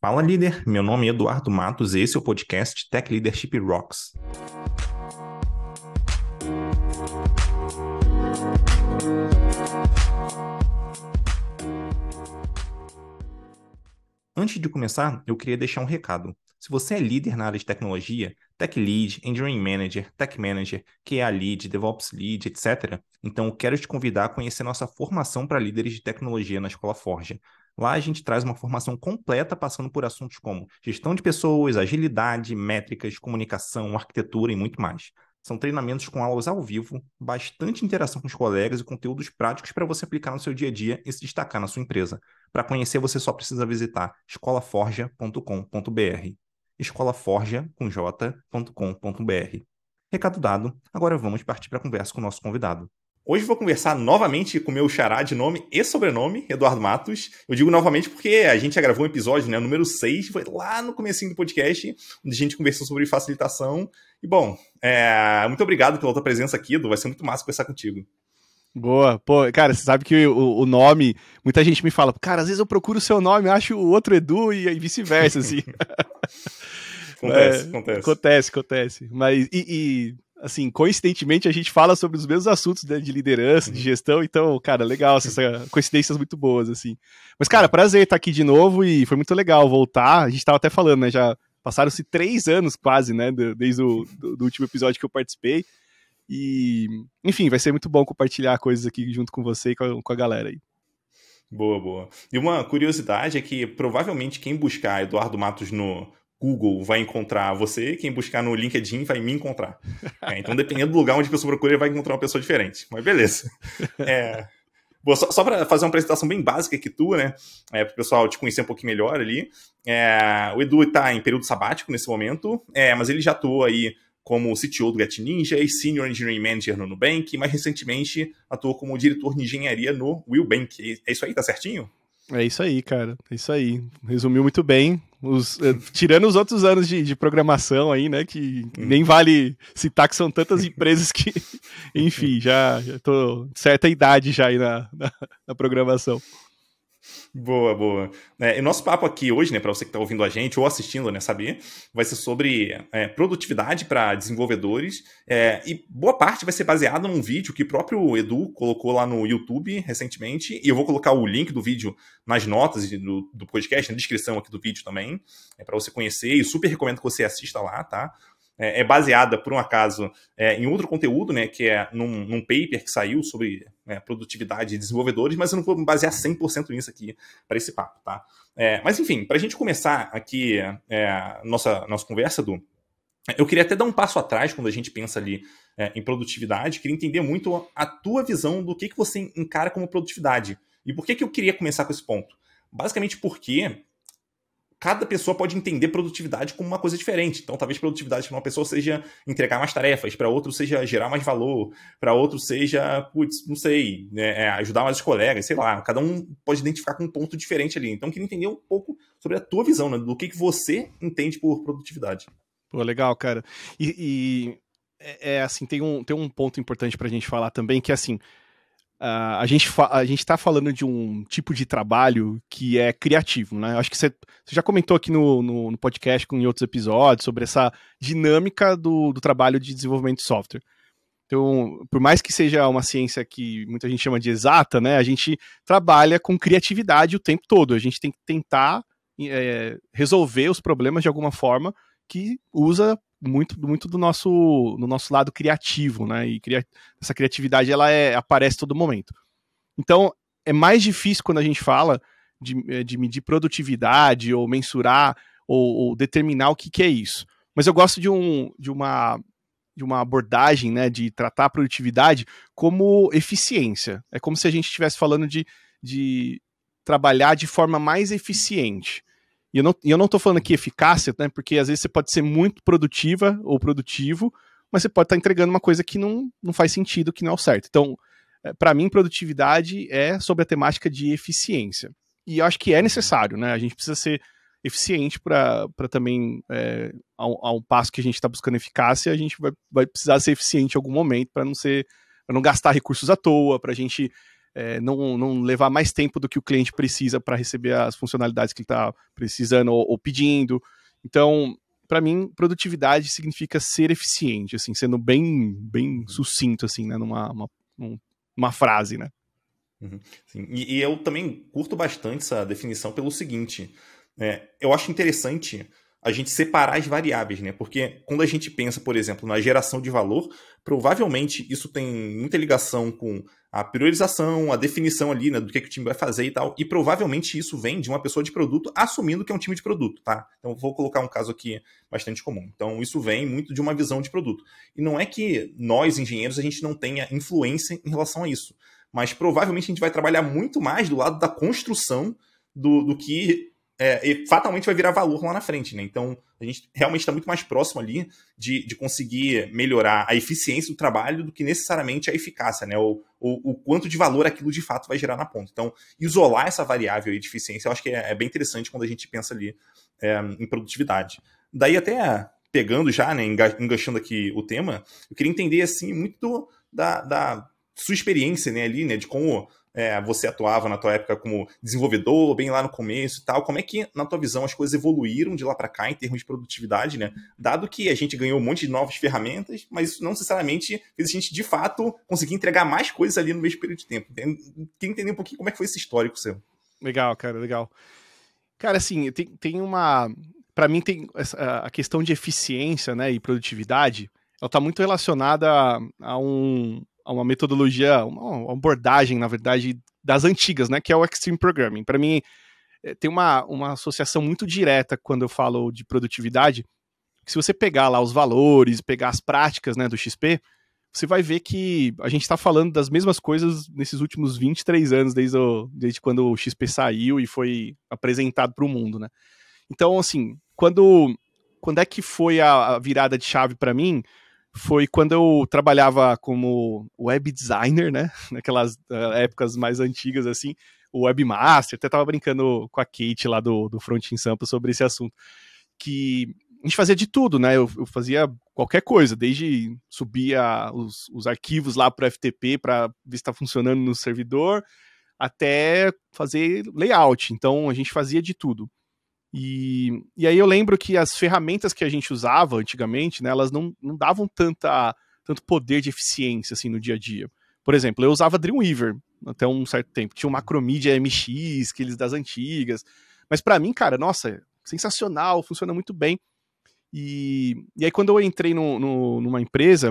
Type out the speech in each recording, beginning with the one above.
Fala, líder. Meu nome é Eduardo Matos e esse é o podcast Tech Leadership Rocks. Antes de começar, eu queria deixar um recado. Se você é líder na área de tecnologia, Tech Lead, Engineering Manager, Tech Manager, QA Lead, DevOps Lead, etc., então eu quero te convidar a conhecer nossa formação para líderes de tecnologia na Escola Forja. Lá a gente traz uma formação completa passando por assuntos como gestão de pessoas, agilidade, métricas, comunicação, arquitetura e muito mais. São treinamentos com aulas ao vivo, bastante interação com os colegas e conteúdos práticos para você aplicar no seu dia a dia e se destacar na sua empresa. Para conhecer, você só precisa visitar escolaforja.com.br. escolaforja.com.br. Recado dado, agora vamos partir para a conversa com o nosso convidado. Hoje vou conversar novamente com o meu xará de nome e sobrenome, Eduardo Matos. Eu digo novamente porque a gente já gravou um episódio, né, número 6, foi lá no comecinho do podcast, onde a gente conversou sobre facilitação. E, bom, muito obrigado pela tua presença aqui, Edu. Vai ser muito massa conversar contigo. Boa, pô, cara, você sabe que o nome, muita gente me fala, cara, às vezes eu procuro o seu nome, acho o outro Edu e vice-versa, assim. Acontece. Mas, assim, coincidentemente, a gente fala sobre os mesmos assuntos, né, de liderança, de gestão, então, cara, legal, essas coincidências muito boas, assim. Mas, cara, prazer estar aqui de novo e foi muito legal voltar, a gente tava até falando, né, já passaram-se 3 anos quase, né, desde o do último episódio que eu participei. E, enfim, vai ser muito bom compartilhar coisas aqui junto com você e com a galera aí. Boa. E uma curiosidade é que provavelmente quem buscar Eduardo Matos no Google vai encontrar você, quem buscar no LinkedIn vai me encontrar. Então, dependendo do lugar onde a pessoa procura, ele vai encontrar uma pessoa diferente. Mas beleza. Bom, só para fazer uma apresentação bem básica aqui tua, né? Para o pessoal te conhecer um pouquinho melhor ali. O Edu está em período sabático nesse momento, mas ele já atuou aí como CTO do Get Ninja e Senior Engineering Manager no Nubank, e mais recentemente atuou como diretor de engenharia no Willbank. É isso aí, tá certinho? É isso aí, cara. É isso aí. Resumiu muito bem. Tirando os outros anos de programação aí, né? Que nem vale citar que são tantas empresas que, enfim, já tô certa idade já aí na programação. Boa. E nosso papo aqui hoje, né, para você que está ouvindo a gente ou assistindo, né, saber, vai ser sobre produtividade para desenvolvedores, e boa parte vai ser baseada num vídeo que o próprio Edu colocou lá no YouTube recentemente, e eu vou colocar o link do vídeo nas notas do podcast, na descrição aqui do vídeo também, para você conhecer, e super recomendo que você assista lá, tá? É baseada, por um acaso, em outro conteúdo, né, que é num paper que saiu sobre produtividade de desenvolvedores, mas eu não vou me basear 100% nisso aqui para esse papo, tá? Mas, enfim, para a gente começar aqui nossa conversa, Edu, eu queria até dar um passo atrás quando a gente pensa ali em produtividade, queria entender muito a tua visão do que você encara como produtividade. E por que eu queria começar com esse ponto? Basicamente porque cada pessoa pode entender produtividade como uma coisa diferente. Então, talvez produtividade para uma pessoa seja entregar mais tarefas, para outro seja gerar mais valor, para outro seja, não sei, ajudar mais os colegas, sei lá. Cada um pode identificar com um ponto diferente ali. Então, eu queria entender um pouco sobre a tua visão, né, do que você entende por produtividade. Pô, legal, cara. Assim, tem um ponto importante pra gente falar também, que é assim, a gente tá falando de um tipo de trabalho que é criativo, né? Acho que você já comentou aqui no podcast, em outros episódios, sobre essa dinâmica do trabalho de desenvolvimento de software. Então, por mais que seja uma ciência que muita gente chama de exata, né? A gente trabalha com criatividade o tempo todo. A gente tem que tentar resolver os problemas de alguma forma que usa muito do no nosso lado criativo, né? E essa criatividade ela aparece todo momento. Então, é mais difícil quando a gente fala de medir produtividade ou mensurar ou determinar o que é isso. Mas eu gosto de uma abordagem, né, de tratar a produtividade como eficiência. É como se a gente estivesse falando de trabalhar de forma mais eficiente. E eu não estou falando aqui eficácia, né, porque às vezes você pode ser muito produtiva ou produtivo, mas você pode estar entregando uma coisa que não faz sentido, que não é o certo. Então, para mim, produtividade é sobre a temática de eficiência. E eu acho que é necessário, né? A gente precisa ser eficiente para também, ao passo que a gente está buscando eficácia, a gente vai precisar ser eficiente em algum momento para não gastar recursos à toa, para a gente não levar mais tempo do que o cliente precisa para receber as funcionalidades que ele está precisando ou pedindo. Então, para mim, produtividade significa ser eficiente, assim, sendo bem sucinto, assim, né, numa frase, né? Sim. E eu também curto bastante essa definição pelo seguinte, eu acho interessante a gente separar as variáveis, né? Porque quando a gente pensa, por exemplo, na geração de valor, provavelmente isso tem muita ligação com a priorização, a definição ali, né, do que o time vai fazer e tal, e provavelmente isso vem de uma pessoa de produto assumindo que é um time de produto, tá? Então vou colocar um caso aqui bastante comum. Então isso vem muito de uma visão de produto. E não é que nós, engenheiros, a gente não tenha influência em relação a isso, mas provavelmente a gente vai trabalhar muito mais do lado da construção do que fatalmente vai virar valor lá na frente, né? Então, a gente realmente está muito mais próximo ali de conseguir melhorar a eficiência do trabalho do que necessariamente a eficácia, né? O quanto de valor aquilo de fato vai gerar na ponta. Então, isolar essa variável aí de eficiência, eu acho que é bem interessante quando a gente pensa ali em produtividade. Daí até pegando já, né, enganchando aqui o tema, eu queria entender, assim, muito da sua experiência, né, ali, né, de como você atuava na tua época como desenvolvedor, bem lá no começo e tal. Como é que, na tua visão, as coisas evoluíram de lá para cá em termos de produtividade, né? Dado que a gente ganhou um monte de novas ferramentas, mas isso não necessariamente fez a gente, de fato, conseguir entregar mais coisas ali no mesmo período de tempo. Queria entender um pouquinho como é que foi esse histórico seu. Legal, cara, legal. Cara, assim, tem uma... Para mim, tem a questão de eficiência, né, e produtividade, ela tá muito relacionada a uma metodologia, uma abordagem, na verdade, das antigas, né, que é o Extreme Programming. Para mim, tem uma associação muito direta quando eu falo de produtividade, que se você pegar lá os valores, pegar as práticas, né, do XP, você vai ver que a gente está falando das mesmas coisas nesses últimos 23 anos, desde quando o XP saiu e foi apresentado para o mundo, né? Então, assim, quando é que foi a virada de chave para mim? Foi quando eu trabalhava como web designer, né? Naquelas épocas mais antigas, assim, o webmaster, até tava brincando com a Kate lá do Front in Sampa sobre esse assunto, que a gente fazia de tudo, né? Eu fazia qualquer coisa, desde subir os arquivos lá para o FTP para ver se está funcionando no servidor, até fazer layout. Então, a gente fazia de tudo. E aí eu lembro que as ferramentas que a gente usava antigamente, né, elas não davam tanto poder de eficiência assim no dia a dia. Por exemplo, eu usava Dreamweaver até um certo tempo. Tinha o Macromedia MX, aqueles das antigas. Mas para mim, cara, nossa, sensacional, funciona muito bem. E aí quando eu entrei numa empresa,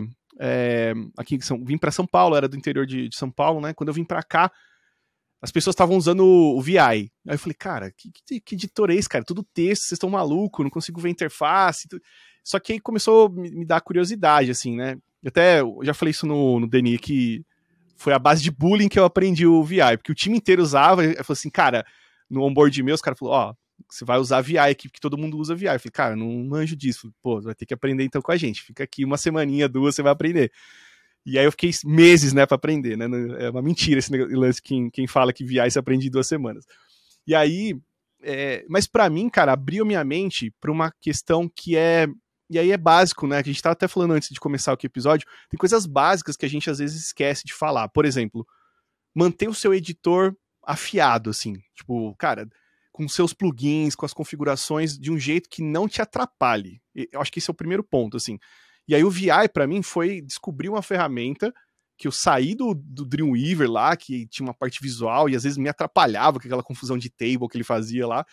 aqui vim para São Paulo, era do interior de São Paulo, né? Quando eu vim para cá, as pessoas estavam usando o VI. Aí eu falei, cara, que editor é esse, cara? Tudo texto, vocês estão malucos, não consigo ver interface. Só que aí começou a me dar curiosidade, assim, né? Eu já falei isso no DNI, que foi a base de bullying que eu aprendi o VI, porque o time inteiro usava, eu falei assim, cara, no onboard meu, os caras falaram, você vai usar VI aqui, porque todo mundo usa VI. Eu falei, cara, não manjo disso. Pô, vai ter que aprender então com a gente. Fica aqui uma semaninha, 2, você vai aprender. E aí eu fiquei meses, né, pra aprender, né? É uma mentira esse lance, quem fala que VI se aprende em 2 semanas. E aí, mas para mim, cara, abriu minha mente pra uma questão que e aí é básico, né, que a gente tava até falando antes de começar aqui o episódio, tem coisas básicas que a gente às vezes esquece de falar. Por exemplo, manter o seu editor afiado, assim, tipo, cara, com seus plugins, com as configurações de um jeito que não te atrapalhe. Eu acho que esse é o primeiro ponto, assim. E aí o VI, para mim, foi descobrir uma ferramenta que eu saí do Dreamweaver lá, que tinha uma parte visual e às vezes me atrapalhava com aquela confusão de table que ele fazia lá.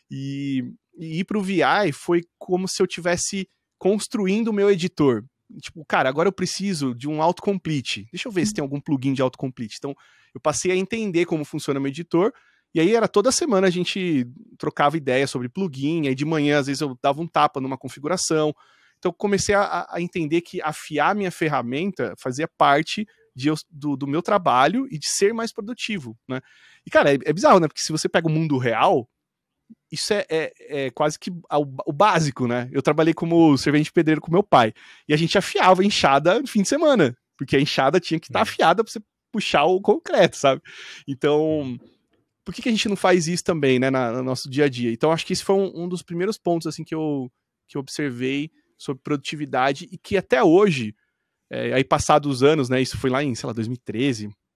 E ir pro VI foi como se eu tivesse construindo o meu editor. Tipo, cara, agora eu preciso de um autocomplete. Deixa eu ver se tem algum plugin de autocomplete. Então, eu passei a entender como funciona o meu editor. E aí era toda semana a gente trocava ideia sobre plugin. Aí de manhã, às vezes, eu dava um tapa numa configuração. Então, eu comecei a entender que afiar minha ferramenta fazia parte do meu trabalho e de ser mais produtivo, né? E, cara, é bizarro, né? Porque se você pega o mundo real, isso é quase que o básico, né? Eu trabalhei como servente de pedreiro com meu pai. E a gente afiava a enxada no fim de semana. Porque a enxada tinha que estar afiada para você puxar o concreto, sabe? Então, por que a gente não faz isso também, né, no nosso dia a dia? Então, acho que esse foi um dos primeiros pontos, assim, que eu observei sobre produtividade e que até hoje, aí passados os anos, né, isso foi lá em, sei lá, 2013,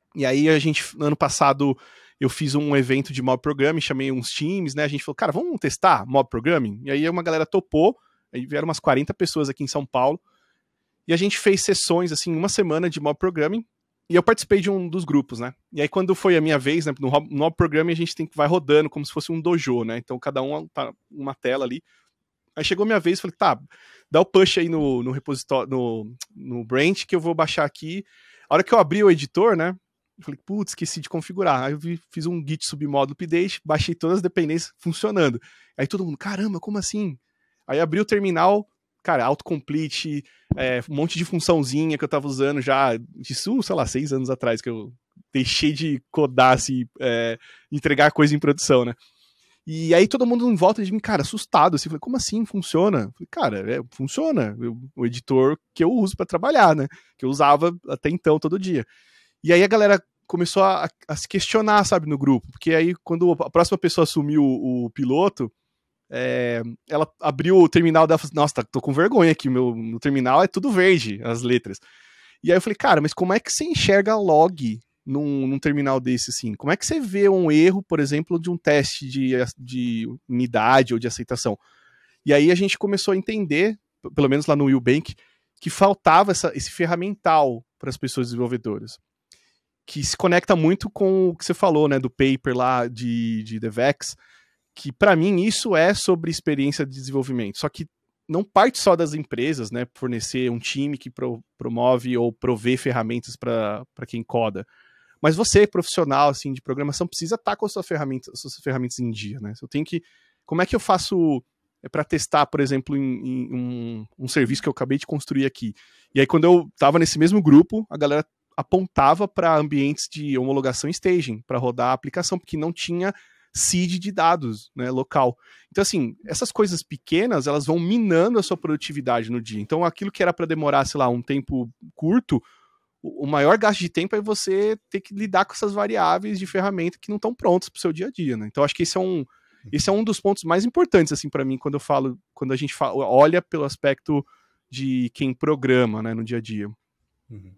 E aí ano passado, eu fiz um evento de mob programming, chamei uns times, né? A gente falou, cara, vamos testar mob programming? E aí uma galera topou, aí vieram umas 40 pessoas aqui em São Paulo, e a gente fez sessões, assim, uma semana de mob programming, e eu participei de um dos grupos, né? E aí quando foi a minha vez, né, no mob programming a gente vai rodando como se fosse um dojo, né? Então cada um tá numa tela ali. Aí chegou a minha vez, falei, tá, dá o push aí no repositório, no branch, que eu vou baixar aqui. A hora que eu abri o editor, né, eu falei, putz, esqueci de configurar. Aí eu fiz um git submodule update, baixei todas as dependências funcionando. Aí todo mundo, caramba, como assim? Aí abri o terminal, cara, autocomplete, um monte de funçãozinha que eu tava usando já, isso, sei lá, 6 anos atrás, que eu deixei de codar, assim, entregar coisa em produção, né? E aí todo mundo em volta de mim, cara, assustado, assim, falei, como assim, funciona? Falei, cara, funciona, o editor que eu uso para trabalhar, né? Que eu usava até então, todo dia. E aí a galera começou a se questionar, sabe, no grupo, porque aí quando a próxima pessoa assumiu o piloto, ela abriu o terminal dela e falou, nossa, tô com vergonha aqui, no terminal é tudo verde, as letras. E aí eu falei, cara, mas como é que você enxerga log num terminal desse, assim? Como é que você vê um erro, por exemplo, de um teste de unidade ou de aceitação? E aí a gente começou a entender, pelo menos lá no Willbank, que faltava esse ferramental para as pessoas desenvolvedoras, que se conecta muito com o que você falou, né, do paper lá de DevX, que para mim isso é sobre experiência de desenvolvimento, só que não parte só das empresas, né, fornecer um time que promove ou provê ferramentas para quem coda, mas você, profissional assim, de programação, precisa estar com as suas ferramentas em dia, né? Eu tenho que, como é que eu faço para testar, por exemplo, em um serviço que eu acabei de construir aqui? E aí quando eu estava nesse mesmo grupo, a galera apontava para ambientes de homologação e staging para rodar a aplicação, porque não tinha seed de dados, né, local. Então, assim, essas coisas pequenas, elas vão minando a sua produtividade no dia. Então, aquilo que era para demorar, sei lá, um tempo curto, o maior gasto de tempo é você ter que lidar com essas variáveis de ferramenta que não estão prontas para o seu dia a dia, né? Então, acho que esse é um dos pontos mais importantes, assim, para mim, quando a gente olha pelo aspecto de quem programa, né, no dia a dia. Uhum.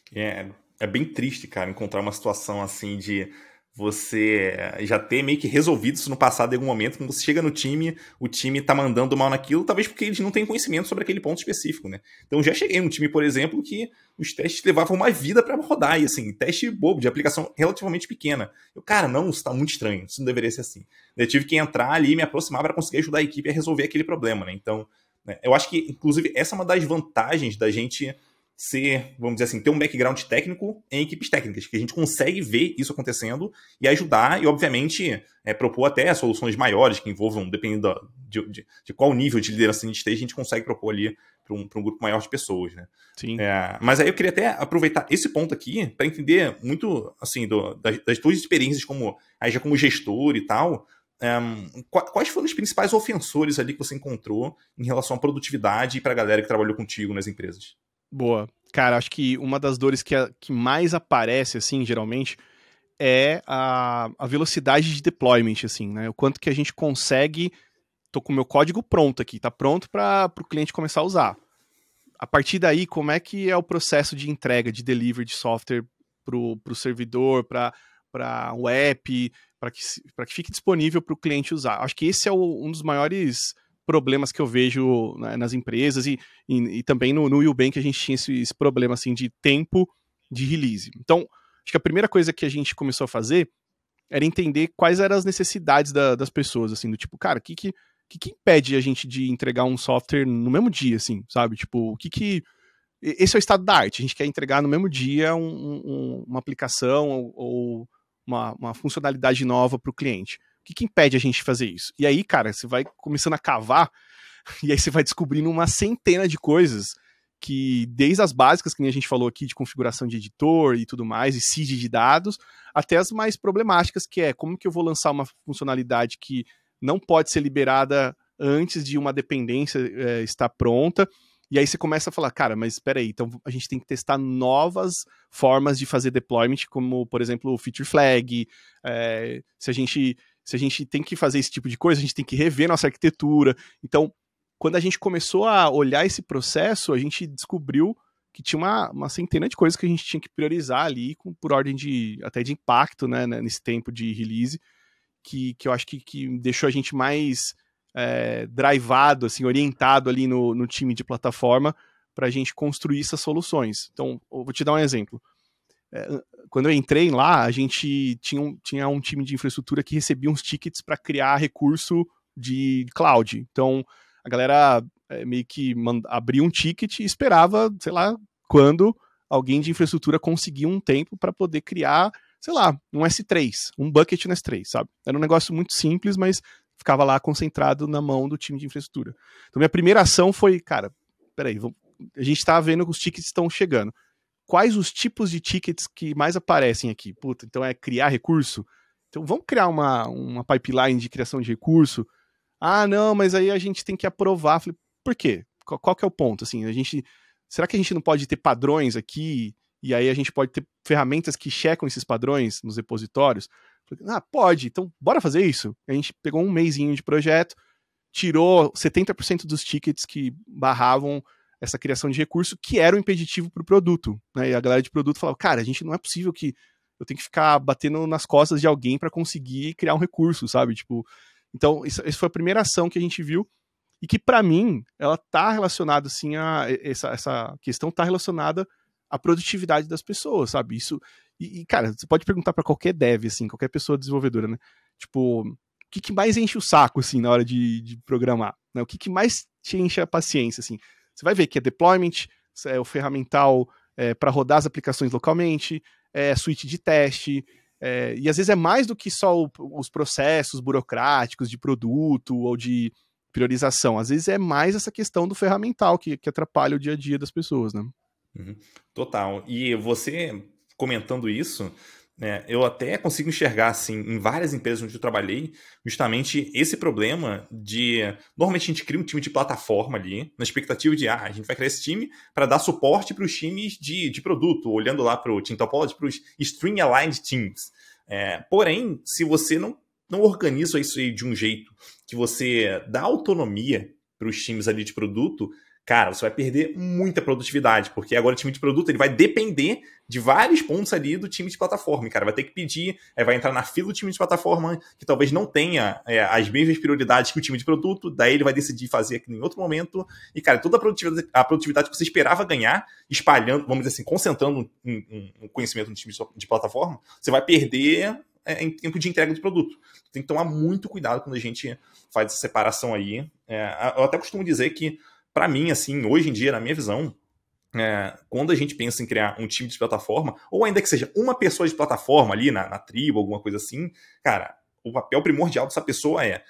É bem triste, cara, encontrar uma situação assim de você já ter meio que resolvido isso no passado em algum momento, quando você chega no time, o time tá mandando mal naquilo, talvez porque eles não têm conhecimento sobre aquele ponto específico, né? Então já cheguei num time, por exemplo, que os testes levavam uma vida para rodar, e assim, teste bobo, de aplicação relativamente pequena. Cara, não, isso tá muito estranho, isso não deveria ser assim. Eu tive que entrar ali e me aproximar para conseguir ajudar a equipe a resolver aquele problema, né? Então, né, eu acho que, inclusive, essa é uma das vantagens da gente vamos dizer assim, ter um background técnico em equipes técnicas, que a gente consegue ver isso acontecendo e ajudar e, obviamente, propor até soluções maiores que envolvam, dependendo de qual nível de liderança a gente tem, a gente consegue propor ali para um grupo maior de pessoas, né? Sim. Mas aí eu queria até aproveitar esse ponto aqui para entender muito, assim, das tuas experiências já como gestor e tal. Quais foram os principais ofensores ali que você encontrou em relação à produtividade para a galera que trabalhou contigo nas empresas? Boa. Cara, acho que uma das dores que mais aparece, assim, geralmente, é a velocidade de deployment, assim, né? O quanto que a gente consegue... Tô com o meu código pronto aqui, tá pronto para o cliente começar a usar. A partir daí, como é que é o processo de entrega, de delivery de software pro servidor, para o app, para que fique disponível para o cliente usar? Acho que esse é um dos maiores problemas que eu vejo, né, nas empresas e também no Willbank a gente tinha esse problema assim, de tempo de release. Então, acho que a primeira coisa que a gente começou a fazer era entender quais eram as necessidades das pessoas, assim, do tipo, cara, o que impede a gente de entregar um software no mesmo dia, assim, sabe? Tipo, esse é o estado da arte, a gente quer entregar no mesmo dia uma aplicação ou uma funcionalidade nova para o cliente. O que impede a gente de fazer isso? E aí, cara, você vai começando a cavar e aí você vai descobrindo uma centena de coisas que, desde as básicas, que nem a gente falou aqui, de configuração de editor e tudo mais, e seed de dados, até as mais problemáticas, que é como que eu vou lançar uma funcionalidade que não pode ser liberada antes de uma dependência estar pronta. E aí você começa a falar, cara, mas espera aí, então a gente tem que testar novas formas de fazer deployment, como, por exemplo, o feature flag. Se a gente tem que fazer esse tipo de coisa, a gente tem que rever nossa arquitetura. Então, quando a gente começou a olhar esse processo, a gente descobriu que tinha uma centena de coisas que a gente tinha que priorizar ali por ordem até de impacto, né, nesse tempo de release, que eu acho que deixou a gente mais drivado, assim, orientado ali no time de plataforma para a gente construir essas soluções. Então, eu vou te dar um exemplo. Quando eu entrei lá, a gente tinha um time de infraestrutura que recebia uns tickets para criar recurso de cloud. Então, a galera meio que abria um ticket e esperava, sei lá, quando alguém de infraestrutura conseguia um tempo para poder criar, sei lá, um S3, um bucket no S3, sabe? Era um negócio muito simples, mas ficava lá concentrado na mão do time de infraestrutura. Então, minha primeira ação foi, cara, peraí, a gente tá vendo que os tickets estão chegando. Quais os tipos de tickets que mais aparecem aqui? Puta, então é criar recurso? Então vamos criar uma pipeline de criação de recurso? Ah, não, mas aí a gente tem que aprovar. Falei, por quê? Qual que é o ponto? Assim, será que a gente não pode ter padrões aqui? E aí a gente pode ter ferramentas que checam esses padrões nos repositórios? Falei, pode, então bora fazer isso. A gente pegou um mesinho de projeto, tirou 70% dos tickets que barravam essa criação de recurso, que era o impeditivo para o produto, né? E a galera de produto falava, cara, a gente não é possível que eu tenho que ficar batendo nas costas de alguém para conseguir criar um recurso, sabe? Tipo, então, essa foi a primeira ação que a gente viu e que, para mim, ela tá relacionada, assim, essa questão tá relacionada à produtividade das pessoas, sabe? Isso, cara, você pode perguntar para qualquer dev, assim, qualquer pessoa desenvolvedora, né? Tipo, o que mais enche o saco, assim, na hora de programar? Né? O que mais te enche a paciência, assim? Você vai ver que é deployment, o ferramental para rodar as aplicações localmente, suíte de teste, e às vezes é mais do que só os processos burocráticos de produto ou de priorização. Às vezes é mais essa questão do ferramental que atrapalha o dia a dia das pessoas, né? Uhum. Total. E você comentando isso, eu até consigo enxergar, assim, em várias empresas onde eu trabalhei, justamente esse problema de... Normalmente a gente cria um time de plataforma ali, na expectativa de, a gente vai criar esse time para dar suporte para os times de produto, olhando lá para o Team Topology, para os String Aligned Teams. Porém, se você não organiza isso aí de um jeito que você dá autonomia para os times ali de produto, cara, você vai perder muita produtividade, porque agora o time de produto ele vai depender de vários pontos ali do time de plataforma. E, cara, vai ter que pedir, vai entrar na fila do time de plataforma, que talvez não tenha as mesmas prioridades que o time de produto, daí ele vai decidir fazer aquilo em outro momento. E, cara, toda a produtividade que você esperava ganhar, espalhando, vamos dizer assim, concentrando um conhecimento no time de plataforma, você vai perder em tempo de entrega do produto. Tem que tomar muito cuidado quando a gente faz essa separação aí. Eu até costumo dizer que, para mim, assim, hoje em dia, na minha visão, quando a gente pensa em criar um time de plataforma, ou ainda que seja uma pessoa de plataforma ali na tribo, alguma coisa assim, cara, o papel primordial dessa pessoa é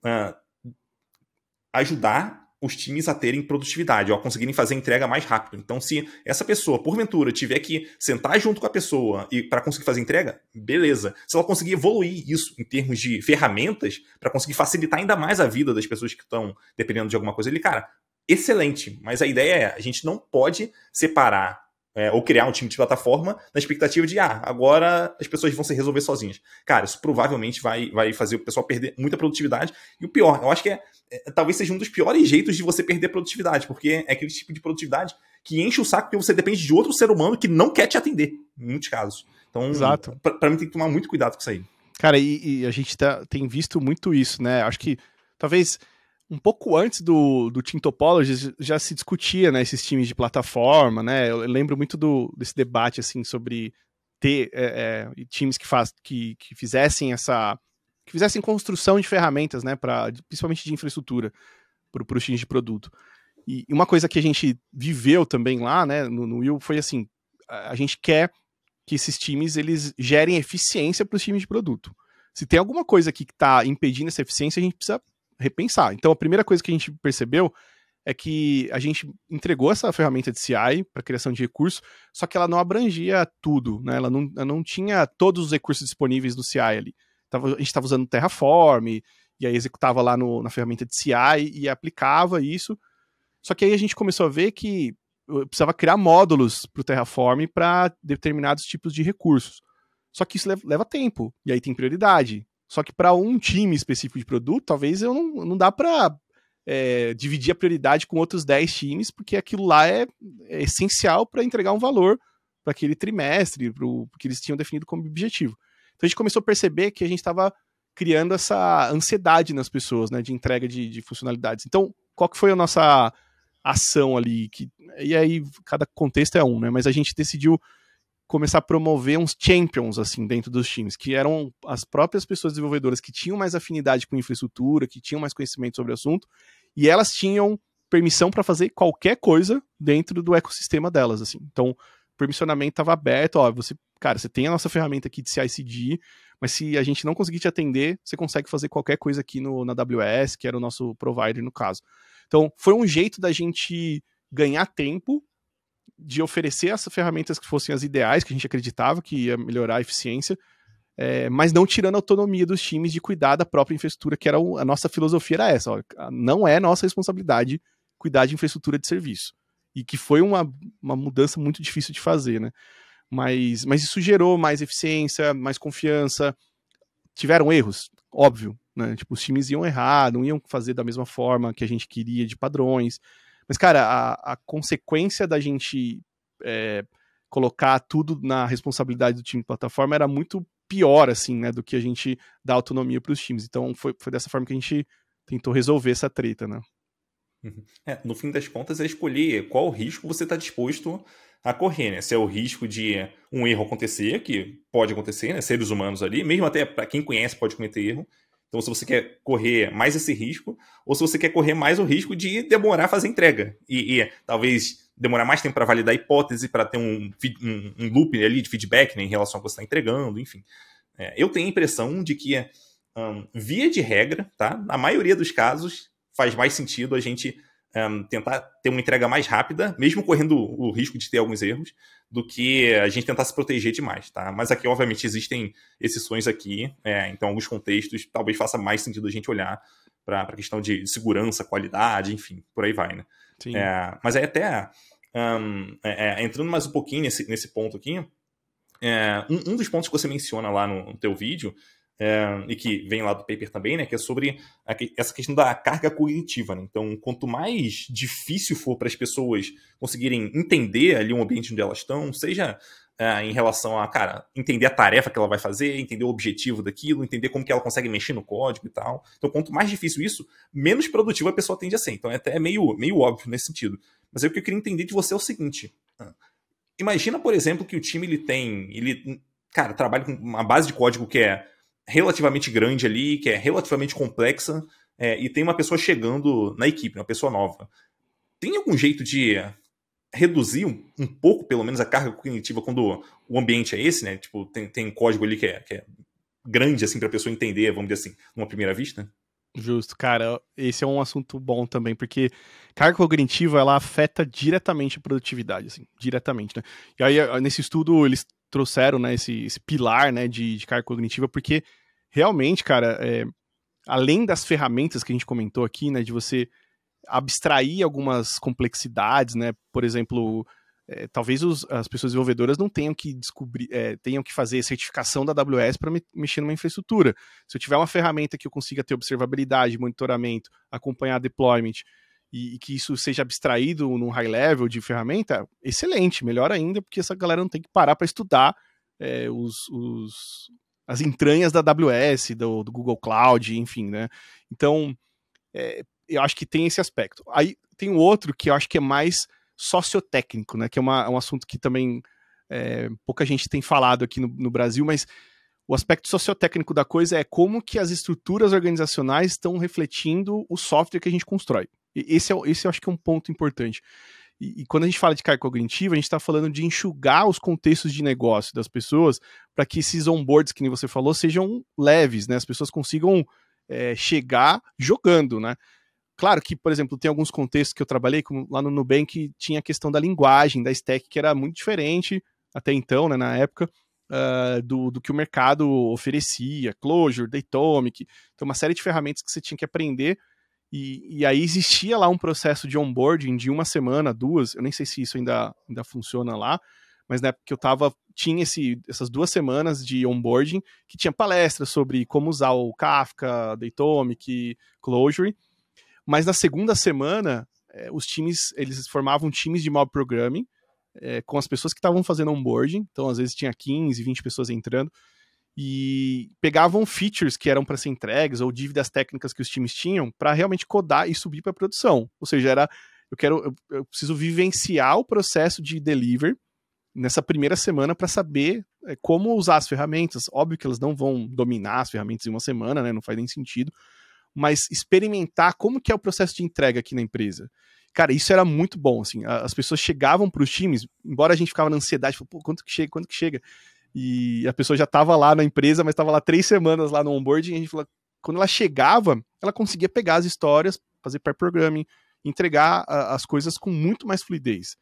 ajudar os times a terem produtividade, a conseguirem fazer a entrega mais rápido. Então, se essa pessoa, porventura, tiver que sentar junto com a pessoa e para conseguir fazer a entrega, beleza. Se ela conseguir evoluir isso em termos de ferramentas, para conseguir facilitar ainda mais a vida das pessoas que estão dependendo de alguma coisa ali, cara, excelente. Mas a ideia é, a gente não pode separar ou criar um time de plataforma na expectativa de, agora as pessoas vão se resolver sozinhas. Cara, isso provavelmente vai fazer o pessoal perder muita produtividade. E o pior, eu acho que talvez seja um dos piores jeitos de você perder produtividade, porque é aquele tipo de produtividade que enche o saco porque você depende de outro ser humano que não quer te atender, em muitos casos. Então, para mim tem que tomar muito cuidado com isso aí. Cara, e a gente tem visto muito isso, né? Acho que talvez um pouco antes do Team Topology já se discutia, né, esses times de plataforma, né? Eu lembro muito desse debate assim sobre ter times que fizessem construção de ferramentas, né, principalmente de infraestrutura para os times de produto. E uma coisa que a gente viveu também lá, né, no Will, foi assim, a gente quer que esses times eles gerem eficiência para os times de produto. Se tem alguma coisa aqui que está impedindo essa eficiência, a gente precisa repensar. Então, a primeira coisa que a gente percebeu é que a gente entregou essa ferramenta de CI para criação de recursos, só que ela não abrangia tudo, né? Ela não tinha todos os recursos disponíveis do CI ali. A gente estava usando Terraform, e aí executava lá na ferramenta de CI e aplicava isso. Só que aí a gente começou a ver que eu precisava criar módulos para o Terraform para determinados tipos de recursos. Só que isso leva tempo, e aí tem prioridade. Só que para um time específico de produto, talvez eu não dá para dividir a prioridade com outros 10 times, porque aquilo lá é essencial para entregar um valor para aquele trimestre, que eles tinham definido como objetivo. Então a gente começou a perceber que a gente estava criando essa ansiedade nas pessoas, né, de entrega de funcionalidades. Então, qual que foi a nossa ação ali? E aí, cada contexto é um, né, mas a gente decidiu começar a promover uns champions, assim, dentro dos times, que eram as próprias pessoas desenvolvedoras que tinham mais afinidade com infraestrutura, que tinham mais conhecimento sobre o assunto, e elas tinham permissão para fazer qualquer coisa dentro do ecossistema delas, assim. Então, o permissionamento estava aberto, você tem a nossa ferramenta aqui de CI/CD, mas se a gente não conseguir te atender, você consegue fazer qualquer coisa aqui na AWS, que era o nosso provider no caso. Então, foi um jeito da gente ganhar tempo, de oferecer essas ferramentas que fossem as ideais, que a gente acreditava que ia melhorar a eficiência, mas não tirando a autonomia dos times de cuidar da própria infraestrutura, que era a nossa filosofia era essa, não é nossa responsabilidade cuidar de infraestrutura de serviço. E que foi uma mudança muito difícil de fazer, né? Mas isso gerou mais eficiência, mais confiança. Tiveram erros? Óbvio, né? Tipo, os times iam errar, não iam fazer da mesma forma que a gente queria, de padrões. Mas, cara, a consequência da gente colocar tudo na responsabilidade do time de plataforma era muito pior, assim, né, do que a gente dar autonomia para os times. Então, foi dessa forma que a gente tentou resolver essa treta, né? No fim das contas, é escolher qual risco você está disposto a correr, né? Se é o risco de um erro acontecer, que pode acontecer, né? Seres humanos ali, mesmo até para quem conhece pode cometer erro. Então, se você quer correr mais esse risco, ou se você quer correr mais o risco de demorar a fazer entrega. E talvez demorar mais tempo para validar a hipótese, para ter um loop ali de feedback, né, em relação ao que você está entregando, enfim. Eu tenho a impressão de que, via de regra, tá? Na maioria dos casos, faz mais sentido a gente tentar ter uma entrega mais rápida, mesmo correndo o risco de ter alguns erros, do que a gente tentar se proteger demais, tá? Mas aqui, obviamente, existem exceções aqui, então, em alguns contextos, talvez faça mais sentido a gente olhar para a questão de segurança, qualidade, enfim, por aí vai, né? Sim. Mas aí até, entrando mais um pouquinho nesse ponto aqui, um dos pontos que você menciona lá no teu vídeo, e que vem lá do paper também, né, que é sobre essa questão da carga cognitiva, né? Então, quanto mais difícil for para as pessoas conseguirem entender ali o ambiente onde elas estão, seja em relação a, entender a tarefa que ela vai fazer, entender o objetivo daquilo, entender como que ela consegue mexer no código e tal. Então, quanto mais difícil isso, menos produtiva a pessoa tende a ser. Então, é até meio óbvio nesse sentido. Mas aí o que eu queria entender de você é o seguinte. Imagina, por exemplo, que o time ele trabalha com uma base de código que é relativamente grande ali, que é relativamente complexa, e tem uma pessoa chegando na equipe, uma pessoa nova. Tem algum jeito de reduzir um pouco, pelo menos, a carga cognitiva quando o ambiente é esse, né? Tipo, tem um código ali que é grande, assim, para a pessoa entender, vamos dizer assim, numa primeira vista? Justo, cara, esse é um assunto bom também, porque carga cognitiva, ela afeta diretamente a produtividade, assim, diretamente, né? E aí, nesse estudo, eles trouxeram, né, esse pilar, né, de carga cognitiva, porque realmente, cara, além das ferramentas que a gente comentou aqui, né, de você abstrair algumas complexidades, né, por exemplo, talvez as pessoas desenvolvedoras não tenham que descobrir, tenham que fazer certificação da AWS para mexer numa infraestrutura. Se eu tiver uma ferramenta que eu consiga ter observabilidade, monitoramento, acompanhar deployment, e que isso seja abstraído num high level de ferramenta, excelente, melhor ainda, porque essa galera não tem que parar para estudar as entranhas da AWS, do Google Cloud, enfim, né? Então, eu acho que tem esse aspecto. Aí tem um outro que eu acho que é mais sociotécnico, né? Que é um assunto que também pouca gente tem falado aqui no Brasil, mas o aspecto sociotécnico da coisa é como que as estruturas organizacionais estão refletindo o software que a gente constrói. E esse eu acho que é um ponto importante. E quando a gente fala de carga cognitiva, a gente está falando de enxugar os contextos de negócio das pessoas para que esses onboards, que nem você falou, sejam leves, né? As pessoas consigam chegar jogando, né? Claro que, por exemplo, tem alguns contextos que eu trabalhei, como lá no Nubank, tinha a questão da linguagem, da stack, que era muito diferente até então, né, na época, do que o mercado oferecia, Clojure, Datomic, então uma série de ferramentas que você tinha que aprender, e aí existia lá um processo de onboarding de 1 semana, 2, eu nem sei se isso ainda funciona lá, mas na época que eu tava, tinha essas 2 semanas de onboarding, que tinha palestras sobre como usar o Kafka, Datomic, Clojure, Mas na segunda semana, os times, eles formavam times de mob programming, com as pessoas que estavam fazendo onboarding, então às vezes tinha 15, 20 pessoas entrando, e pegavam features que eram para ser entregues ou dívidas técnicas que os times tinham para realmente codar e subir para produção. Ou seja, eu preciso vivenciar o processo de deliver nessa primeira semana para saber como usar as ferramentas. Óbvio que elas não vão dominar as ferramentas em uma semana, né? Não faz nem sentido, mas experimentar como que é o processo de entrega aqui na empresa. Cara, isso era muito bom, assim, as pessoas chegavam para os times, embora a gente ficava na ansiedade, pô, quanto que chega? E a pessoa já estava lá na empresa, mas estava lá 3 semanas lá no onboarding, e a gente falou, quando ela chegava, ela conseguia pegar as histórias, fazer pair programming, entregar as coisas com muito mais fluidez.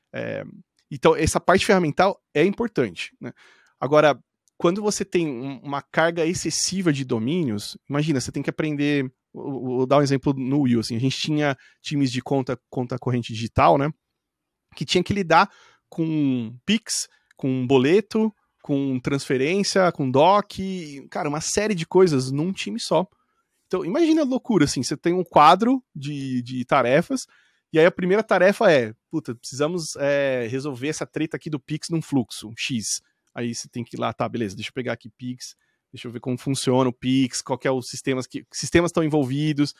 Então, essa parte ferramental é importante, né? Agora, quando você tem uma carga excessiva de domínios, imagina, você tem que aprender. Vou dar um exemplo no Will, assim, a gente tinha times de conta corrente digital, né? Que tinha que lidar com Pix, com boleto, com transferência, com DOC, cara, uma série de coisas num time só. Então, imagina a loucura, assim, você tem um quadro de tarefas, e aí a primeira tarefa é, precisamos resolver essa treta aqui do Pix num fluxo, um X. Aí você tem que ir lá, tá, beleza, deixa eu pegar aqui Pix, deixa eu ver como funciona o Pix, qual que é os sistemas estão envolvidos.